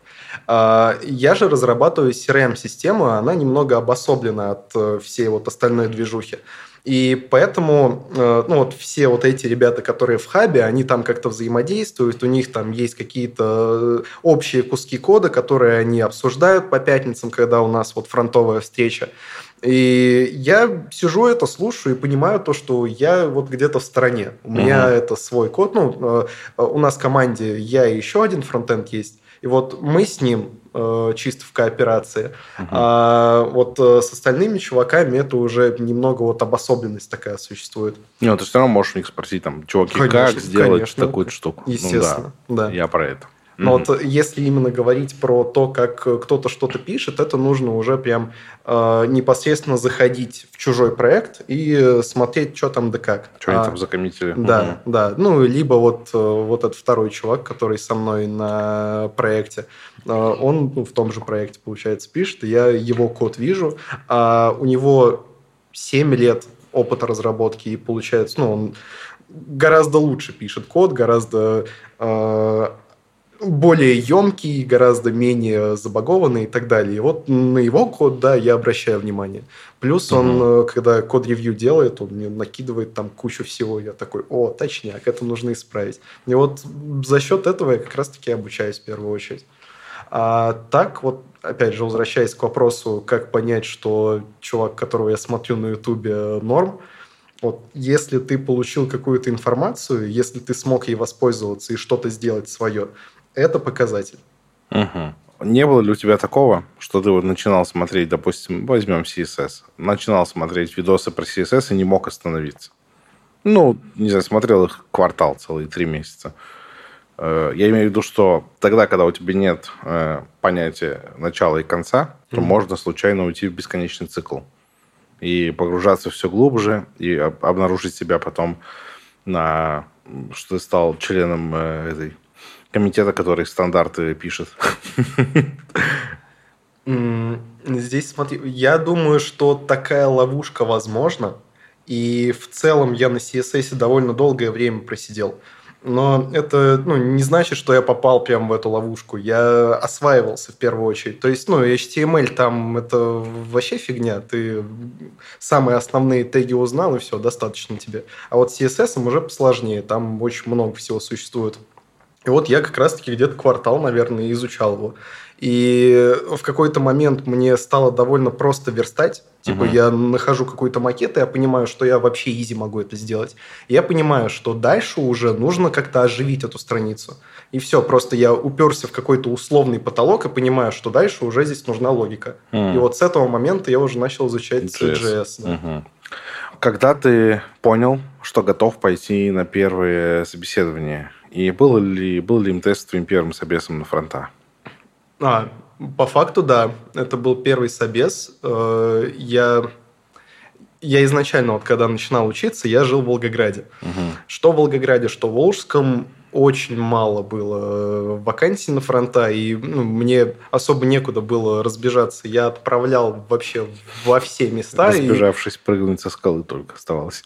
Speaker 2: Я же разрабатываю CRM-систему, она немного обособлена от всей вот остальной движухи. И поэтому все вот эти ребята, которые в хабе, они там как-то взаимодействуют, у них там есть какие-то общие куски кода, которые они обсуждают по пятницам, когда у нас вот фронтовая встреча. И я сижу это, слушаю и понимаю то, что я вот где-то в стороне. У меня это свой код. У нас в команде я и еще один фронтенд есть. И вот мы с ним чисто в кооперации. А вот с остальными чуваками это уже немного вот обособленность такая существует.
Speaker 1: Нет, ты все равно можешь у них спросить, чуваки, как сделать такую штуку?
Speaker 2: Естественно, да.
Speaker 1: Я про это.
Speaker 2: Но вот если именно говорить про то, как кто-то что-то пишет, это нужно уже прям непосредственно заходить в чужой проект и смотреть, что там да как.
Speaker 1: Что они там закоммитили.
Speaker 2: Да. Либо вот этот второй чувак, который со мной на проекте, он в том же проекте, получается, пишет, и я его код вижу, а у него 7 лет опыта разработки, и получается, он гораздо лучше пишет код, гораздо более емкий, гораздо менее забагованный и так далее. И вот на его код, да, я обращаю внимание. Плюс он, когда код-ревью делает, он мне накидывает там кучу всего. Я такой, точняк, это нужно исправить. И вот за счет этого я как раз-таки обучаюсь в первую очередь. А так вот, опять же, возвращаясь к вопросу, как понять, что чувак, которого я смотрю на Ютубе, норм, вот если ты получил какую-то информацию, если ты смог ей воспользоваться и что-то сделать свое, это показатель.
Speaker 1: Угу. Не было ли у тебя такого, что ты вот начинал смотреть, допустим, возьмем CSS, начинал смотреть видосы про CSS и не мог остановиться? Ну, не знаю, смотрел их квартал целый, 3 месяца. Я имею в виду, что тогда, когда у тебя нет понятия начала и конца, то можно случайно уйти в бесконечный цикл и погружаться все глубже, и обнаружить себя потом, что ты стал членом этой комитета, который стандарты пишет.
Speaker 2: Здесь, смотри, я думаю, что такая ловушка возможна, и в целом я на CSS довольно долгое время просидел. Но это не значит, что я попал прямо в эту ловушку. Я осваивался в первую очередь. То есть, HTML там это вообще фигня. Ты самые основные теги узнал, и все, достаточно тебе. А вот с CSS уже посложнее. Там очень много всего существует. И вот я как раз-таки где-то квартал, наверное, изучал его. И в какой-то момент мне стало довольно просто верстать. Типа я нахожу какой-то макет, и я понимаю, что я вообще изи могу это сделать. И я понимаю, что дальше уже нужно как-то оживить эту страницу. И все, просто я уперся в какой-то условный потолок и понимаю, что дальше уже здесь нужна логика. И вот с этого момента я уже начал изучать CSS. Да.
Speaker 1: Когда ты понял, что готов пойти на первое собеседование, и был ли им тест твоим первым собесом на фронта?
Speaker 2: По факту, да. Это был первый собес. Я изначально, вот когда начинал учиться, я жил в Волгограде. Что в Волгограде, что в Волжском, очень мало было вакансий на фронта, и мне особо некуда было разбежаться. Я отправлял вообще во все места.
Speaker 1: Разбежавшись, прыгнуть со скалы только оставалось.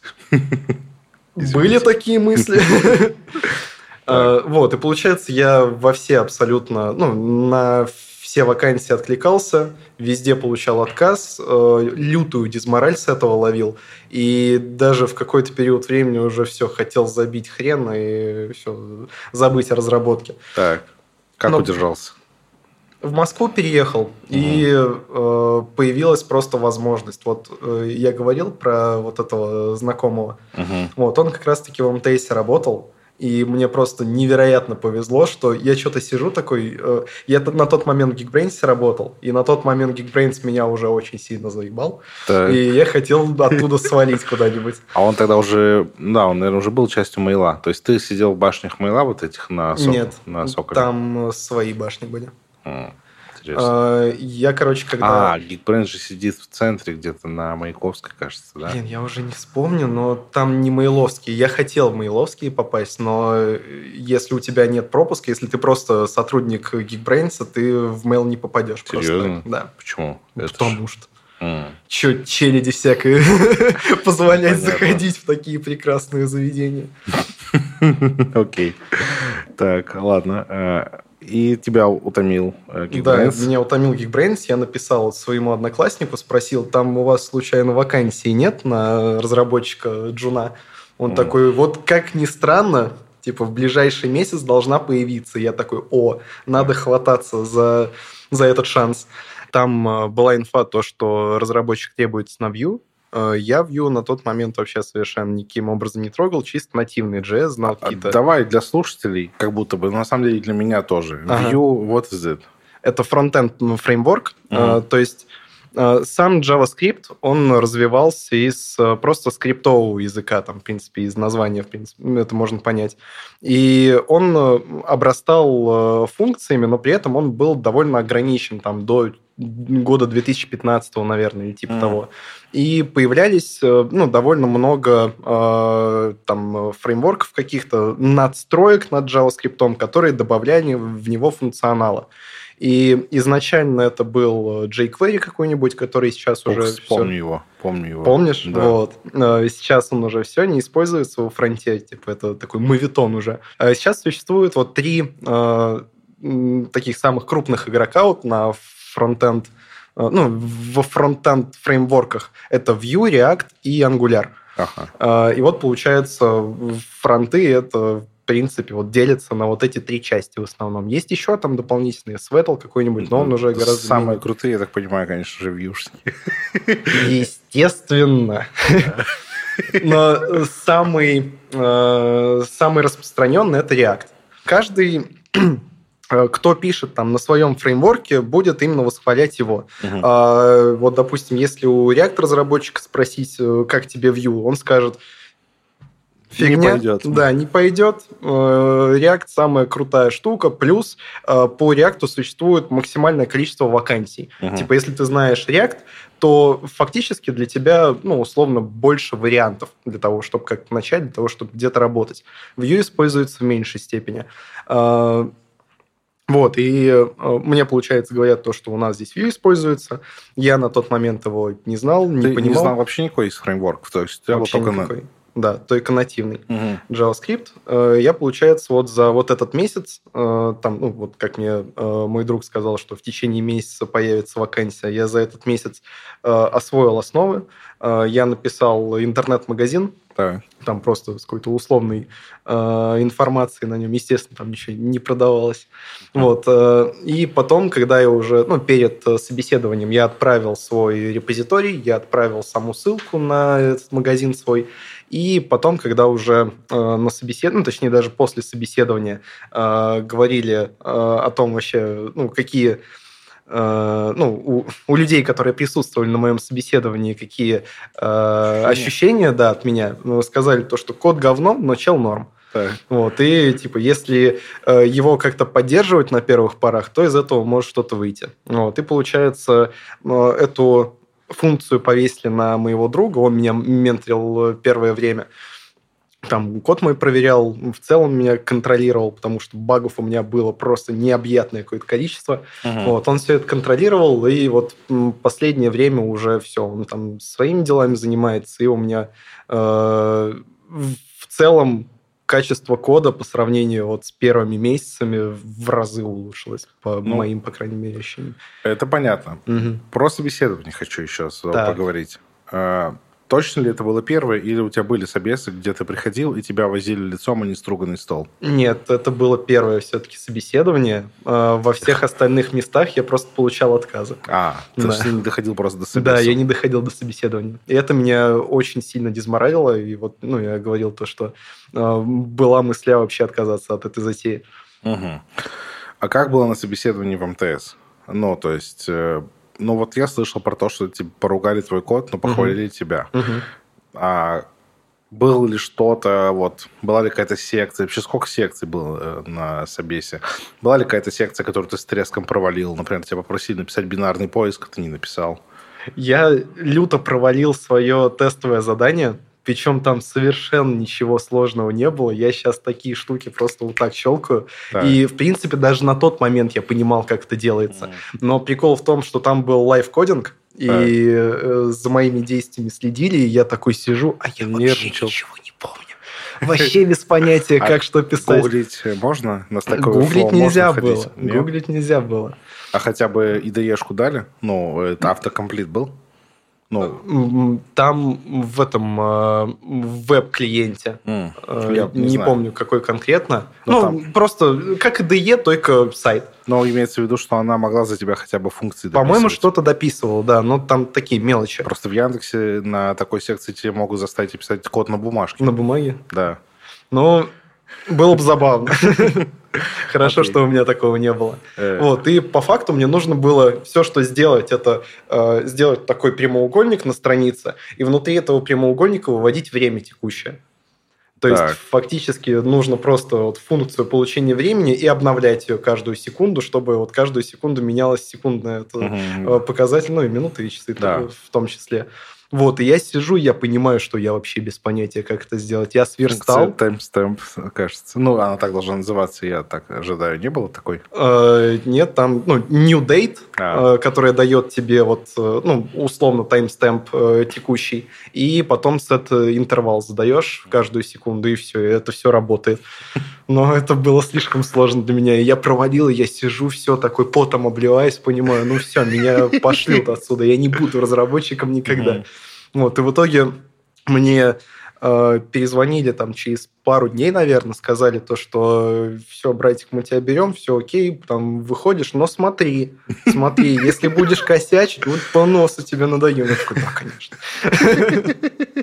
Speaker 2: Были такие мысли. Вот, и получается, я во все абсолютно, на все вакансии откликался, везде получал отказ, лютую дизмораль с этого ловил, и даже в какой-то период времени уже все, хотел забить хрен и все, забыть о разработке.
Speaker 1: Так, как удержался?
Speaker 2: В Москву переехал, и появилась просто возможность. Вот я говорил про вот этого знакомого. Вот, он как раз-таки в МТС работал. И мне просто невероятно повезло, что я что-то сижу такой... Я на тот момент в Geekbrains работал, и на тот момент Geekbrains меня уже очень сильно заебал. Так. И я хотел оттуда свалить куда-нибудь.
Speaker 1: А он тогда уже... Да, он, наверное, уже был частью Мейла. То есть ты сидел в башнях Мейла вот этих на Соколе?
Speaker 2: Нет, там свои башни были.
Speaker 1: Интересно.
Speaker 2: Я, когда...
Speaker 1: Geekbrains же сидит в центре где-то на Маяковской, кажется, да?
Speaker 2: Блин, я уже не вспомню, но там не мейловские. Я хотел в мейловские попасть, но если у тебя нет пропуска, если ты просто сотрудник Geekbrains, ты в мейл не попадешь.
Speaker 1: Серьезно?
Speaker 2: Просто. Да.
Speaker 1: Почему?
Speaker 2: Потому что... Че, челяди всякое позволять заходить в такие прекрасные заведения.
Speaker 1: Окей. Так, ладно. И тебя утомил Geekbrains?
Speaker 2: Да, меня утомил Geekbrains. Я написал своему однокласснику, спросил, там у вас случайно вакансии нет на разработчика Джуна? Он такой, вот как ни странно, типа в ближайший месяц должна появиться. Я такой, надо хвататься за этот шанс. Там была инфа, то, что разработчик требуется на Vue. Я Vue на тот момент вообще совершенно никаким образом не трогал, чисто нативный JS, знал какие-то...
Speaker 1: Давай для слушателей, как будто бы, на самом деле для меня тоже. Vue, what is it?
Speaker 2: Это фронтенд фреймворк, то есть сам JavaScript, он развивался из просто скриптового языка, там, в принципе, из названия, в принципе, это можно понять. И он обрастал функциями, но при этом он был довольно ограничен, там, до года 2015, наверное, или типа того. И появлялись довольно много там фреймворков каких-то, надстроек над JavaScript, которые добавляли в него функционала. И изначально это был jQuery какой-нибудь, который сейчас уже...
Speaker 1: Помню его.
Speaker 2: Помнишь? Да. Вот. Сейчас он уже все не используется во фронте. Типа это такой мовитон уже. Сейчас существует вот 3 таких самых крупных игрока вот на фронтенд, во фронтенд фреймворках. Это Vue, React и Angular. И вот получается фронты это принципе, вот делится на вот эти 3 части в основном. Есть еще там дополнительные, Swetal какой-нибудь, но он уже гораздо...
Speaker 1: Самые крутые, я так понимаю, конечно же, вьюшники.
Speaker 2: Естественно. Но самый распространенный – это React. Каждый, кто пишет там на своем фреймворке, будет именно восхвалять его. Вот, допустим, если у React-разработчика спросить, как тебе Vue, он скажет, фигня.
Speaker 1: Не пойдет.
Speaker 2: Да, не пойдет. React самая крутая штука. Плюс по React существует максимальное количество вакансий. Типа, если ты знаешь React, то фактически для тебя, условно, больше вариантов для того, чтобы как-то начать, для того, чтобы где-то работать. Vue используется в меньшей степени. Вот, и мне, получается, говорят то, что у нас здесь Vue используется. Я на тот момент его не знал, не понимал.
Speaker 1: Ты не знал вообще никакой из фреймворков? То есть у тебя был только
Speaker 2: никакой. Да, только нативный JavaScript. Я, получается, вот за вот этот месяц, там, вот как мне мой друг сказал, что в течение месяца появится вакансия, я за этот месяц освоил основы. Я написал интернет-магазин, там просто с какой-то условной информацией на нем, естественно, там ничего не продавалось. Вот. И потом, когда я уже, перед собеседованием, я отправил свой репозиторий, я отправил саму ссылку на этот магазин свой, и потом, когда уже на собеседовании, точнее, даже после собеседования говорили о том вообще, какие... у людей, которые присутствовали на моем собеседовании, какие ощущения, от меня, сказали то, что код говно, но чел норм. Вот, и типа, если его как-то поддерживать на первых порах, то из этого может что-то выйти. Вот, и получается, эту функцию повесили на моего друга, он меня менторил первое время. Там код мой проверял, в целом меня контролировал, потому что багов у меня было просто необъятное какое-то количество. Вот, он все это контролировал, и вот последнее время уже все, он там своими делами занимается, и у меня в целом качество кода по сравнению вот с первыми месяцами в разы улучшилось, по моим, по крайней мере, ощущениям.
Speaker 1: Это понятно. Про собеседование хочу еще поговорить. Точно ли это было первое, или у тебя были собесы, где ты приходил, и тебя возили лицом, а не струганный стол?
Speaker 2: Нет, это было первое все-таки собеседование. Во всех остальных местах я просто получал отказы.
Speaker 1: Ты не доходил просто до собеседования?
Speaker 2: Да, я не доходил до собеседования. И это меня очень сильно дезморалило. И вот, я говорил то, что была мысля вообще отказаться от этой затеи.
Speaker 1: А как было на собеседовании в МТС? То есть... вот я слышал про то, что поругали твой код, но похвалили тебя. А было ли что-то, была ли какая-то секция? Вообще, сколько секций было на собесе? Была ли какая-то секция, которую ты с треском провалил? Например, тебя попросили написать бинарный поиск, а ты не написал.
Speaker 2: Я люто провалил свое тестовое задание. Причем там совершенно ничего сложного не было. Я сейчас такие штуки просто вот так щелкаю. И, в принципе, даже на тот момент я понимал, как это делается. Но прикол в том, что там был лайв-кодинг, и за моими действиями следили, и я такой сижу, а я вообще ничего не помню. Вообще без понятия, как что писать.
Speaker 1: Гуглить можно? На Stack Overflow
Speaker 2: Гуглить нельзя было.
Speaker 1: Ходить?
Speaker 2: Гуглить нельзя было.
Speaker 1: А хотя бы IDE-шку дали? Это автокомплит был?
Speaker 2: Там в этом веб-клиенте, не помню, какой конкретно. Просто как IDE, только сайт.
Speaker 1: Но имеется в виду, что она могла за тебя хотя бы функции дописывать.
Speaker 2: По-моему, что-то дописывала, да, но там такие мелочи.
Speaker 1: Просто в Яндексе на такой секции тебе могут заставить писать код на бумажке.
Speaker 2: На бумаге?
Speaker 1: Да.
Speaker 2: Было бы забавно. Хорошо, что у меня такого не было. Вот, и по факту мне нужно было все, что сделать, это сделать такой прямоугольник на странице, и внутри этого прямоугольника выводить время текущее. То есть, фактически нужно просто функцию получения времени и обновлять ее каждую секунду, чтобы каждую секунду менялась секундная показатель, и минуты, и часы в том числе. Вот, и я сижу, я понимаю, что я вообще без понятия, как это сделать. Я сверстал.
Speaker 1: Таймстемп, кажется. Она так должна называться, я так ожидаю. Не было такой?
Speaker 2: Нет, там, new date, которая дает тебе условно таймстемп текущий, и потом set интервал задаешь каждую секунду, и все, и это все работает. Но это было слишком сложно для меня. И я проводил, и я сижу, все такой потом обливаюсь, понимаю, все, меня пошлют отсюда, я не буду разработчиком никогда. Вот, и в итоге мне перезвонили там через пару дней, наверное, сказали то, что все, братик, мы тебя берем, все окей, там выходишь, но смотри, если будешь косячить, вот по носу тебе надоем. Я такой, да, конечно.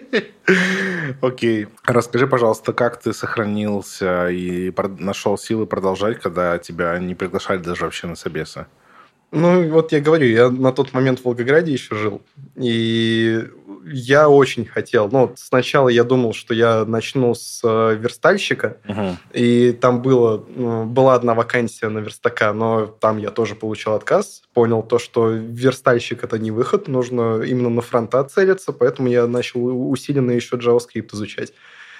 Speaker 1: Окей. Расскажи, пожалуйста, как ты сохранился и нашел силы продолжать, когда тебя не приглашали даже вообще на собесы?
Speaker 2: Ну, вот я говорю, я на тот момент в Волгограде еще жил, и я очень хотел. Ну, вот сначала я думал, что я начну с верстальщика, и там была одна вакансия на верстака, но там я тоже получил отказ. Понял то, что верстальщик – это не выход, нужно именно на фронта целиться, поэтому я начал усиленно еще JavaScript изучать.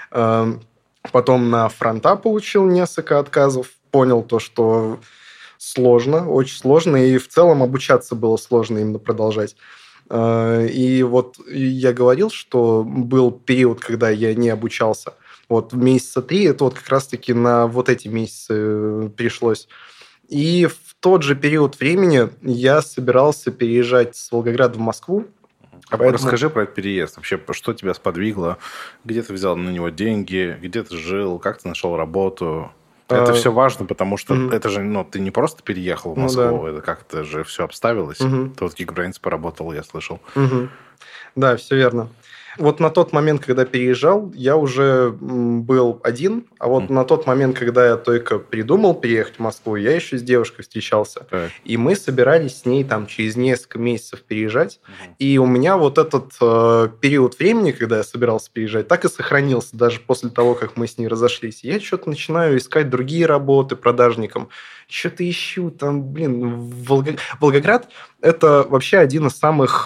Speaker 2: Потом на фронта получил несколько отказов, понял то, что сложно, очень сложно, и в целом обучаться было сложно именно продолжать. И вот я говорил, что был период, когда я не обучался. Вот месяца 3, это вот как раз-таки на вот эти месяцы пришлось. И в тот же период времени я собирался переезжать с Волгограда в Москву.
Speaker 1: Расскажи про этот переезд. Вообще, что тебя сподвигло? Где ты взял на него деньги? Где ты жил? Как ты нашел работу? Это все важно, потому что это же, ты не просто переехал в Москву, это как-то же все обставилось. Ты вот в Geekbrains поработал, я слышал.
Speaker 2: Да, все верно. Вот на тот момент, когда переезжал, я уже был один, а вот на тот момент, когда я только придумал переехать в Москву, я еще с девушкой встречался. И мы собирались с ней там через несколько месяцев переезжать. И у меня вот этот период времени, когда я собирался переезжать, так и сохранился даже после того, как мы с ней разошлись. Я что-то начинаю искать другие работы продажником. Что-то ищу там, Волгоград – это вообще один из самых...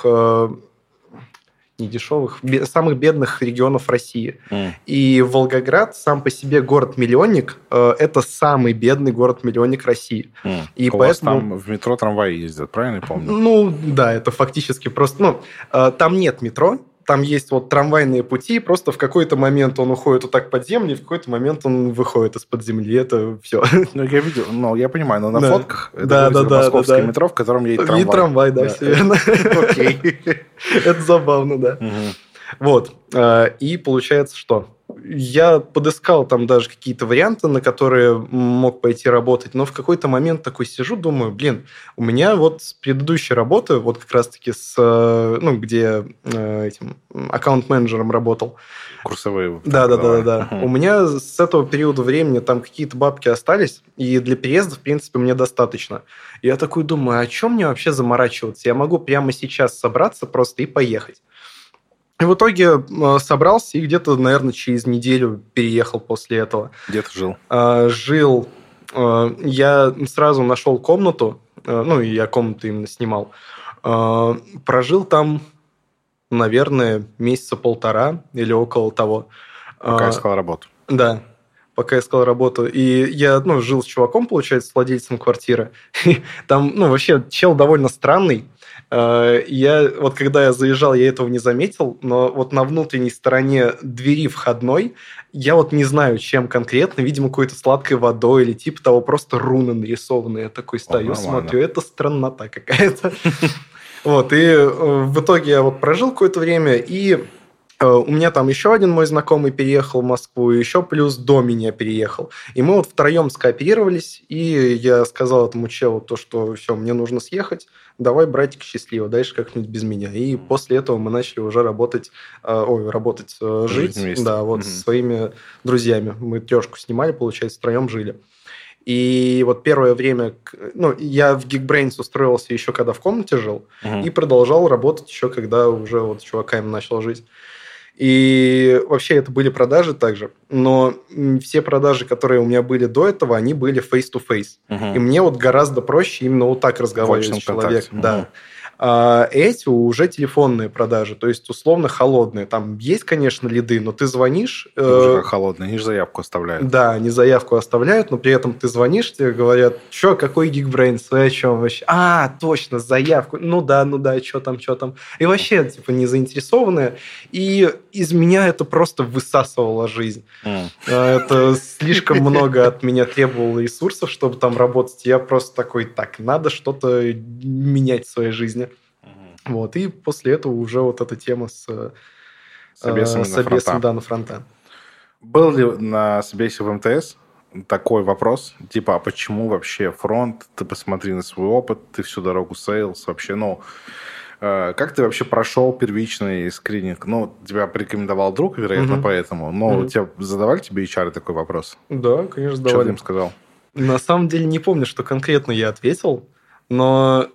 Speaker 2: не дешевых, самых бедных регионов России. И Волгоград сам по себе город-миллионник, это самый бедный город-миллионник России. И
Speaker 1: у вас там в метро трамваи ездят, правильно я помню?
Speaker 2: Ну, да, это фактически просто... там нет метро, там есть вот трамвайные пути, просто в какой-то момент он уходит вот так под землю, и в какой-то момент он выходит из-под земли, это все.
Speaker 1: Ну, я видел, я понимаю, но на фотках это московское метро, в котором едет трамвай.
Speaker 2: И трамвай, да, все верно.
Speaker 1: Окей.
Speaker 2: Это забавно, да. Вот. И получается, что я подыскал там даже какие-то варианты, на которые мог пойти работать, но в какой-то момент такой сижу, думаю, у меня вот с предыдущей работы, вот как раз-таки где этим аккаунт-менеджером работал.
Speaker 1: Курсовые.
Speaker 2: Да. У меня с этого периода времени там какие-то бабки остались, и для переезда, в принципе, мне достаточно. Я такой думаю, о чем мне вообще заморачиваться? Я могу прямо сейчас собраться просто и поехать. И в итоге собрался и где-то, наверное, через неделю переехал после этого.
Speaker 1: Где ты жил?
Speaker 2: Жил. Я сразу нашел комнату, и я комнату именно снимал. Прожил там, наверное, месяца 1,5 или около того.
Speaker 1: Пока искал работу.
Speaker 2: Да, пока искал работу. И я жил с чуваком, получается, с владельцем квартиры. Там, вообще, чел довольно странный. Когда я заезжал, я этого не заметил, но вот на внутренней стороне двери входной я вот не знаю, чем конкретно, видимо, какой-то сладкой водой или типа того, просто руны нарисованные. Я такой стою, смотрю, это страннота какая-то. Вот, и в итоге я вот прожил какое-то время, и у меня там еще один мой знакомый переехал в Москву, и еще плюс до меня переехал. И мы вот втроем скооперировались, и я сказал этому челу то, что все, мне нужно съехать, давай, братик, счастливо, дальше как-нибудь без меня. И после этого мы начали уже жить,
Speaker 1: вместе.
Speaker 2: Да, вот со своими друзьями. Мы трешку снимали, получается, втроем жили. И вот первое время... я в Geekbrains устроился еще когда в комнате жил, и продолжал работать еще когда уже вот с чуваками начал жить. И вообще это были продажи также, но все продажи, которые у меня были до этого, они были face-to-face. И мне вот гораздо проще именно вот так разговаривать с человеком. Да. А эти уже телефонные продажи, то есть условно холодные. Там есть, конечно, лиды, но ты звонишь...
Speaker 1: Уже как холодные, они же заявку оставляют.
Speaker 2: Да, они заявку оставляют, но при этом ты звонишь, тебе говорят, что, какой Geekbrains, вы о чем вообще? Точно, заявку. Ну да, что там. И вообще, типа, не заинтересованные. И из меня это просто высасывало жизнь. Это слишком много от меня требовало ресурсов, чтобы там работать. Я просто такой, надо что-то менять в своей жизни. Вот, и после этого уже вот эта тема с
Speaker 1: Собесом
Speaker 2: на фронта. Да, на фронта.
Speaker 1: Был ли на собесе в МТС такой вопрос, типа, а почему вообще фронт? Ты посмотри на свой опыт, ты всю дорогу сейлс, вообще, как ты вообще прошел первичный скрининг? Тебя порекомендовал друг, вероятно, поэтому. Но задавали тебе HR такой вопрос?
Speaker 2: Да, конечно, задавали.
Speaker 1: Что ты им сказал?
Speaker 2: На самом деле не помню, что конкретно я ответил, но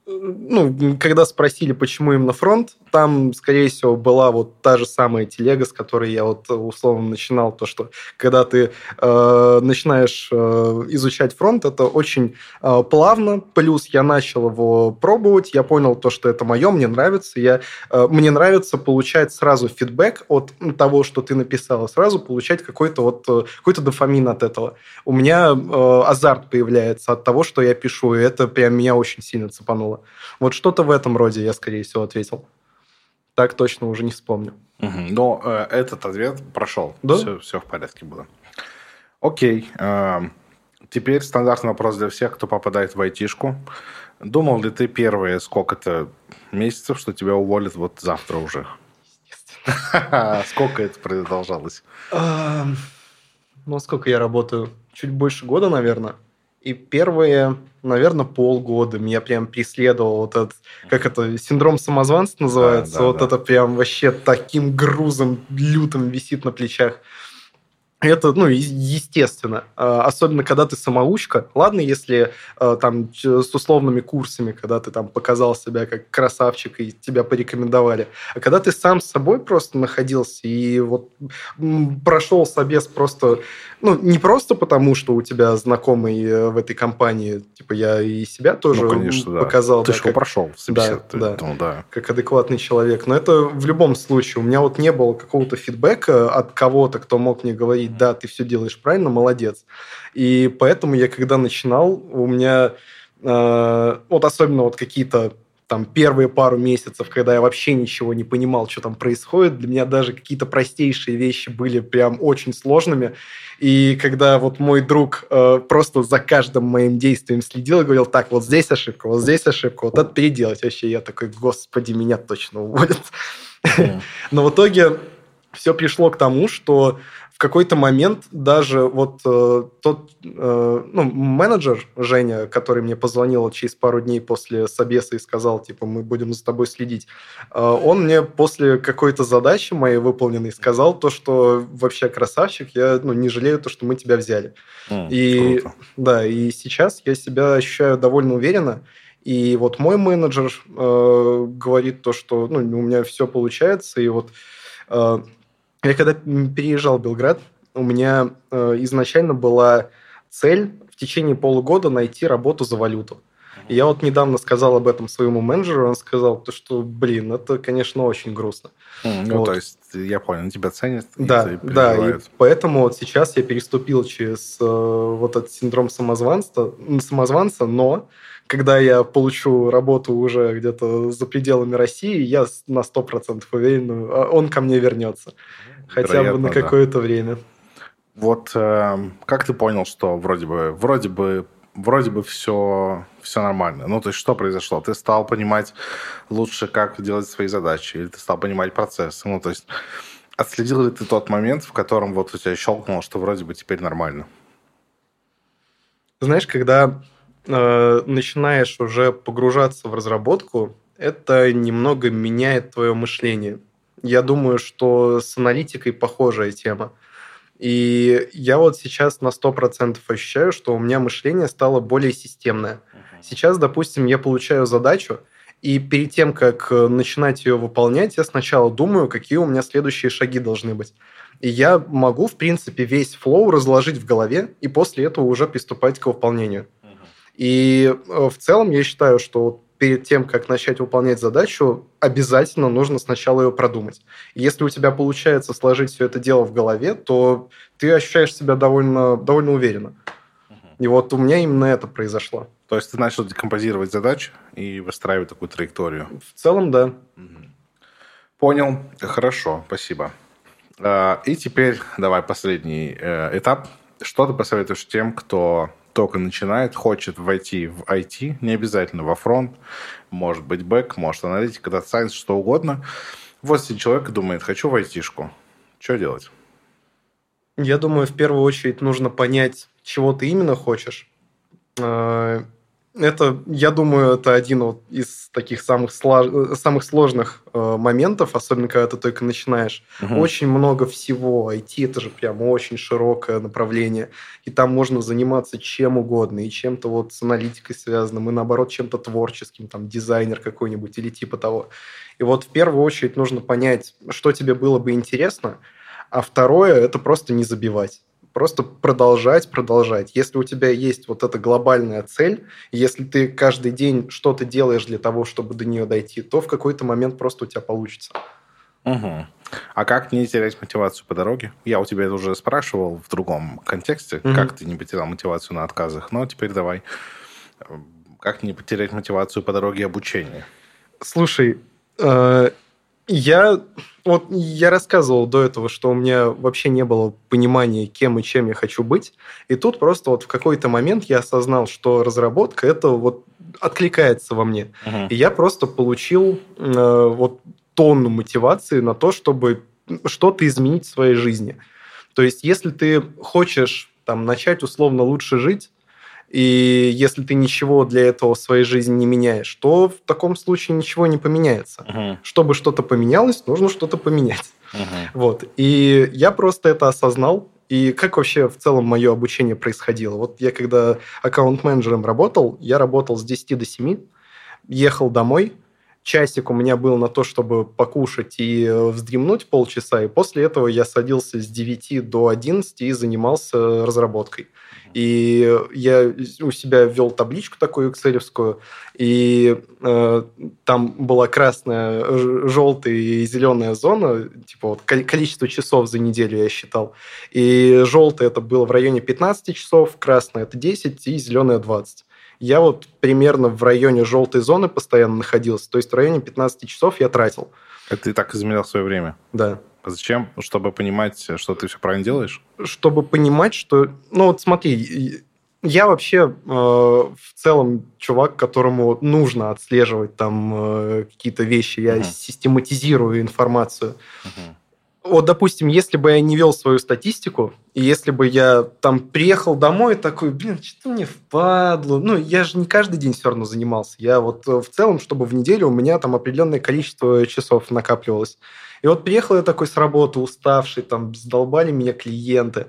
Speaker 2: когда спросили, почему именно фронт, там, скорее всего, была вот та же самая телега, с которой я вот условно начинал, то, что когда ты начинаешь изучать фронт, это очень плавно, плюс я начал его пробовать, я понял то, что это мое, мне нравится, мне нравится получать сразу фидбэк от того, что ты написал, сразу получать какой-то дофамин от этого. У меня азарт появляется от того, что я пишу, и это прям меня очень сильно цепануло. Вот что-то в этом роде я, скорее всего, ответил. Так точно уже не вспомню.
Speaker 1: Но этот ответ прошел.
Speaker 2: Да?
Speaker 1: Все в порядке было. Окей. Теперь стандартный вопрос для всех, кто попадает в айтишку. Думал ли ты первые сколько-то месяцев, что тебя уволят вот завтра уже? Естественно. Сколько это продолжалось?
Speaker 2: Сколько я работаю? Чуть больше года, наверное. И первые, наверное, полгода меня прям преследовал вот этот, как это, синдром самозванца называется. Это прям вообще таким грузом лютым висит на плечах. Это, естественно. Особенно, когда ты самоучка. Ладно, если там с условными курсами, когда ты там показал себя как красавчик и тебя порекомендовали. А когда ты сам с собой просто находился и вот прошел собес просто... не просто потому, что у тебя знакомый в этой компании, типа я и себя тоже
Speaker 1: конечно,
Speaker 2: показал.
Speaker 1: Ты же прошел в собесе.
Speaker 2: Да, как адекватный человек. Но это в любом случае. У меня вот не было какого-то фидбэка от кого-то, кто мог мне говорить, да, ты все делаешь правильно, молодец. И поэтому я, когда начинал, у меня особенно вот какие-то там первые пару месяцев, когда я вообще ничего не понимал, что там происходит, для меня даже какие-то простейшие вещи были прям очень сложными. И когда вот мой друг просто за каждым моим действием следил и говорил, так, вот здесь ошибка, вот это переделать. Вообще я такой, господи, меня точно уволят. Но в итоге все пришло к тому, что в какой-то момент даже вот тот менеджер Женя, который мне позвонил через пару дней после собеса и сказал, типа, мы будем за тобой следить, он мне после какой-то задачи моей выполненной сказал то, что вообще красавчик, я не жалею то, что мы тебя взяли. И круто. Да, и сейчас я себя ощущаю довольно уверенно. И вот мой менеджер говорит то, что у меня все получается, и вот я когда переезжал в Белград, у меня изначально была цель в течение полугода найти работу за валюту. И я вот недавно сказал об этом своему менеджеру, он сказал, что, это, конечно, очень грустно.
Speaker 1: То есть, я понял, тебя ценят,
Speaker 2: да, и поэтому вот сейчас я переступил через вот этот синдром самозванца, но когда я получу работу уже где-то за пределами России, я на 100% уверен, он ко мне вернется. Хотя бы на какое-то время.
Speaker 1: Вот как ты понял, что вроде бы все нормально? То есть, что произошло? Ты стал понимать лучше, как делать свои задачи, или ты стал понимать процесс? То есть, отследил ли ты тот момент, в котором вот у тебя щелкнуло, что вроде бы теперь нормально?
Speaker 2: Знаешь, когда начинаешь уже погружаться в разработку, это немного меняет твое мышление. Я думаю, что с аналитикой похожая тема. И я вот сейчас на 100% ощущаю, что у меня мышление стало более системное. Сейчас, допустим, я получаю задачу, и перед тем, как начинать ее выполнять, я сначала думаю, какие у меня следующие шаги должны быть. И я могу, в принципе, весь флоу разложить в голове, и после этого уже приступать к выполнению. И в целом я считаю, что перед тем, как начать выполнять задачу, обязательно нужно сначала ее продумать. И если у тебя получается сложить все это дело в голове, то ты ощущаешь себя довольно уверенно. И вот у меня именно это произошло.
Speaker 1: То есть ты начал декомпозировать задачи и выстраивать такую траекторию?
Speaker 2: В целом, да.
Speaker 1: Понял. Хорошо, спасибо. И теперь давай последний этап. Что ты посоветуешь тем, кто только начинает, хочет войти в IT, не обязательно во фронт, может быть бэк, может аналитика, дата сайенс, что угодно. Вот если человек думает, хочу в айтишку, что делать?
Speaker 2: Я думаю, в первую очередь нужно понять, чего ты именно хочешь. Я думаю, это один из таких самых сложных моментов, особенно когда ты только начинаешь. Очень много всего. IT – это же прям очень широкое направление. И там можно заниматься чем угодно. И чем-то с аналитикой связанным, и наоборот, чем-то творческим, там, дизайнер какой-нибудь или типа того. И в первую очередь нужно понять, что тебе было бы интересно, а второе – это просто не забивать. Просто продолжать. Если у тебя есть эта глобальная цель, если ты каждый день что-то делаешь для того, чтобы до нее дойти, то в какой-то момент просто у тебя получится.
Speaker 1: Угу. А как не терять мотивацию по дороге? Я у тебя это уже спрашивал в другом контексте, как ты не потерял мотивацию на отказах. Но теперь давай. Как не потерять мотивацию по дороге обучения?
Speaker 2: Слушай, я рассказывал до этого, что у меня вообще не было понимания, кем и чем я хочу быть. И тут просто в какой-то момент я осознал, что разработка это откликается во мне. И я просто получил тонну мотивации на то, чтобы что-то изменить в своей жизни. То есть, если ты хочешь начать условно лучше жить, и если ты ничего для этого в своей жизни не меняешь, то в таком случае ничего не поменяется. Чтобы что-то поменялось, нужно что-то поменять. И я просто это осознал. И как вообще в целом мое обучение происходило? Я когда аккаунт-менеджером работал, я работал с 10 до 7, ехал домой, часик у меня был на то, чтобы покушать и вздремнуть полчаса, и после этого я садился с 9 до 11 и занимался разработкой. И я у себя ввел табличку такую экселевскую, и там была красная, желтая и зеленая зона, типа количество часов за неделю я считал. И желтая это было в районе 15 часов, красная это 10 и зеленая 20. Я примерно в районе желтой зоны постоянно находился, то есть в районе 15 часов я тратил.
Speaker 1: Это ты так измерял свое время?
Speaker 2: Да.
Speaker 1: Зачем? Чтобы понимать, что ты все правильно делаешь?
Speaker 2: Чтобы понимать, что... смотри, я вообще в целом чувак, которому нужно отслеживать какие-то вещи. Я систематизирую информацию. Допустим, если бы я не вел свою статистику, и если бы я приехал домой такой, что-то мне впадло. Я же не каждый день все равно занимался. Я в целом, чтобы в неделю у меня определенное количество часов накапливалось. И приехал я такой с работы, уставший, задолбали меня клиенты,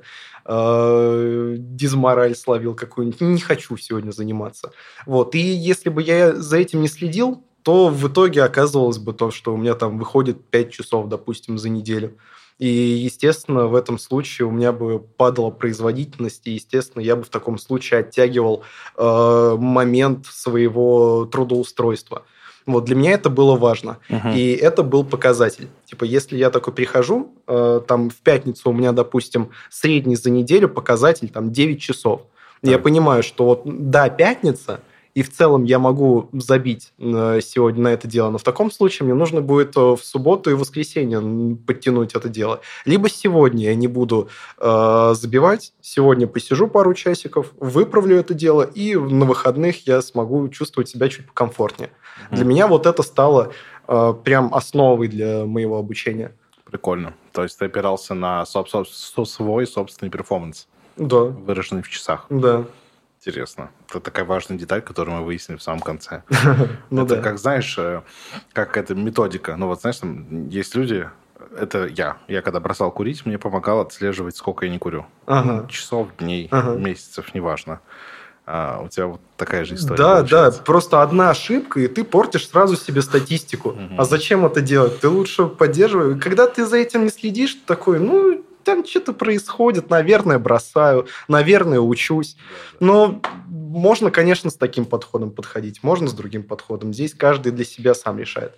Speaker 2: дизмораль словил какую-нибудь, не хочу сегодня заниматься. И если бы я за этим не следил, то в итоге оказывалось бы то, что у меня выходит 5 часов, допустим, за неделю. И, естественно, в этом случае у меня бы падала производительность, и, естественно, я бы в таком случае оттягивал момент своего трудоустройства. Для меня это было важно. И это был показатель. Если я такой прихожу, в пятницу у меня, допустим, средний за неделю показатель 9 часов. Я понимаю, что пятница, и в целом я могу забить сегодня на это дело, но в таком случае мне нужно будет в субботу и воскресенье подтянуть это дело. Либо сегодня я не буду забивать, сегодня посижу пару часиков, выправлю это дело, и на выходных я смогу чувствовать себя чуть покомфортнее. Для меня это стало прям основой для моего обучения.
Speaker 1: Прикольно. То есть ты опирался на свой собственный перформанс.
Speaker 2: Да.
Speaker 1: Выраженный в часах.
Speaker 2: Да.
Speaker 1: Интересно. Это такая важная деталь, которую мы выяснили в самом конце. Это как, знаешь, как эта методика. Знаешь, есть люди... Это я. Я когда бросал курить, мне помогало отслеживать, сколько я не курю. Часов, дней, месяцев, неважно. У тебя такая же история.
Speaker 2: Да, получается. Да. Просто одна ошибка, и ты портишь сразу себе статистику. А зачем это делать? Ты лучше поддерживай. Когда ты за этим не следишь, ты такой, там что-то происходит, наверное, бросаю, наверное, учусь. Но можно, конечно, с таким подходом подходить, можно с другим подходом. Здесь каждый для себя сам решает.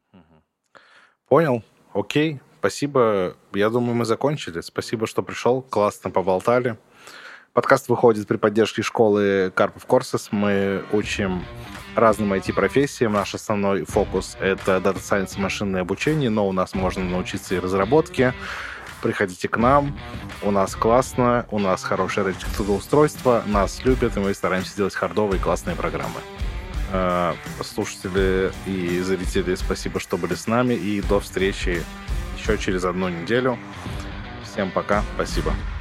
Speaker 1: Понял. Окей. Спасибо. Я думаю, мы закончили. Спасибо, что пришел. Классно поболтали. Подкаст выходит при поддержке школы Karpov Courses. Мы учим разным IT-профессиям. Наш основной фокус — это Data Science и машинное обучение, но у нас можно научиться и разработке. Приходите к нам, у нас классно, у нас хорошее трудоустройство, нас любят, и мы стараемся делать хардовые классные программы. Слушатели и зрители, спасибо, что были с нами. И до встречи еще через 1 неделю. Всем пока. Спасибо.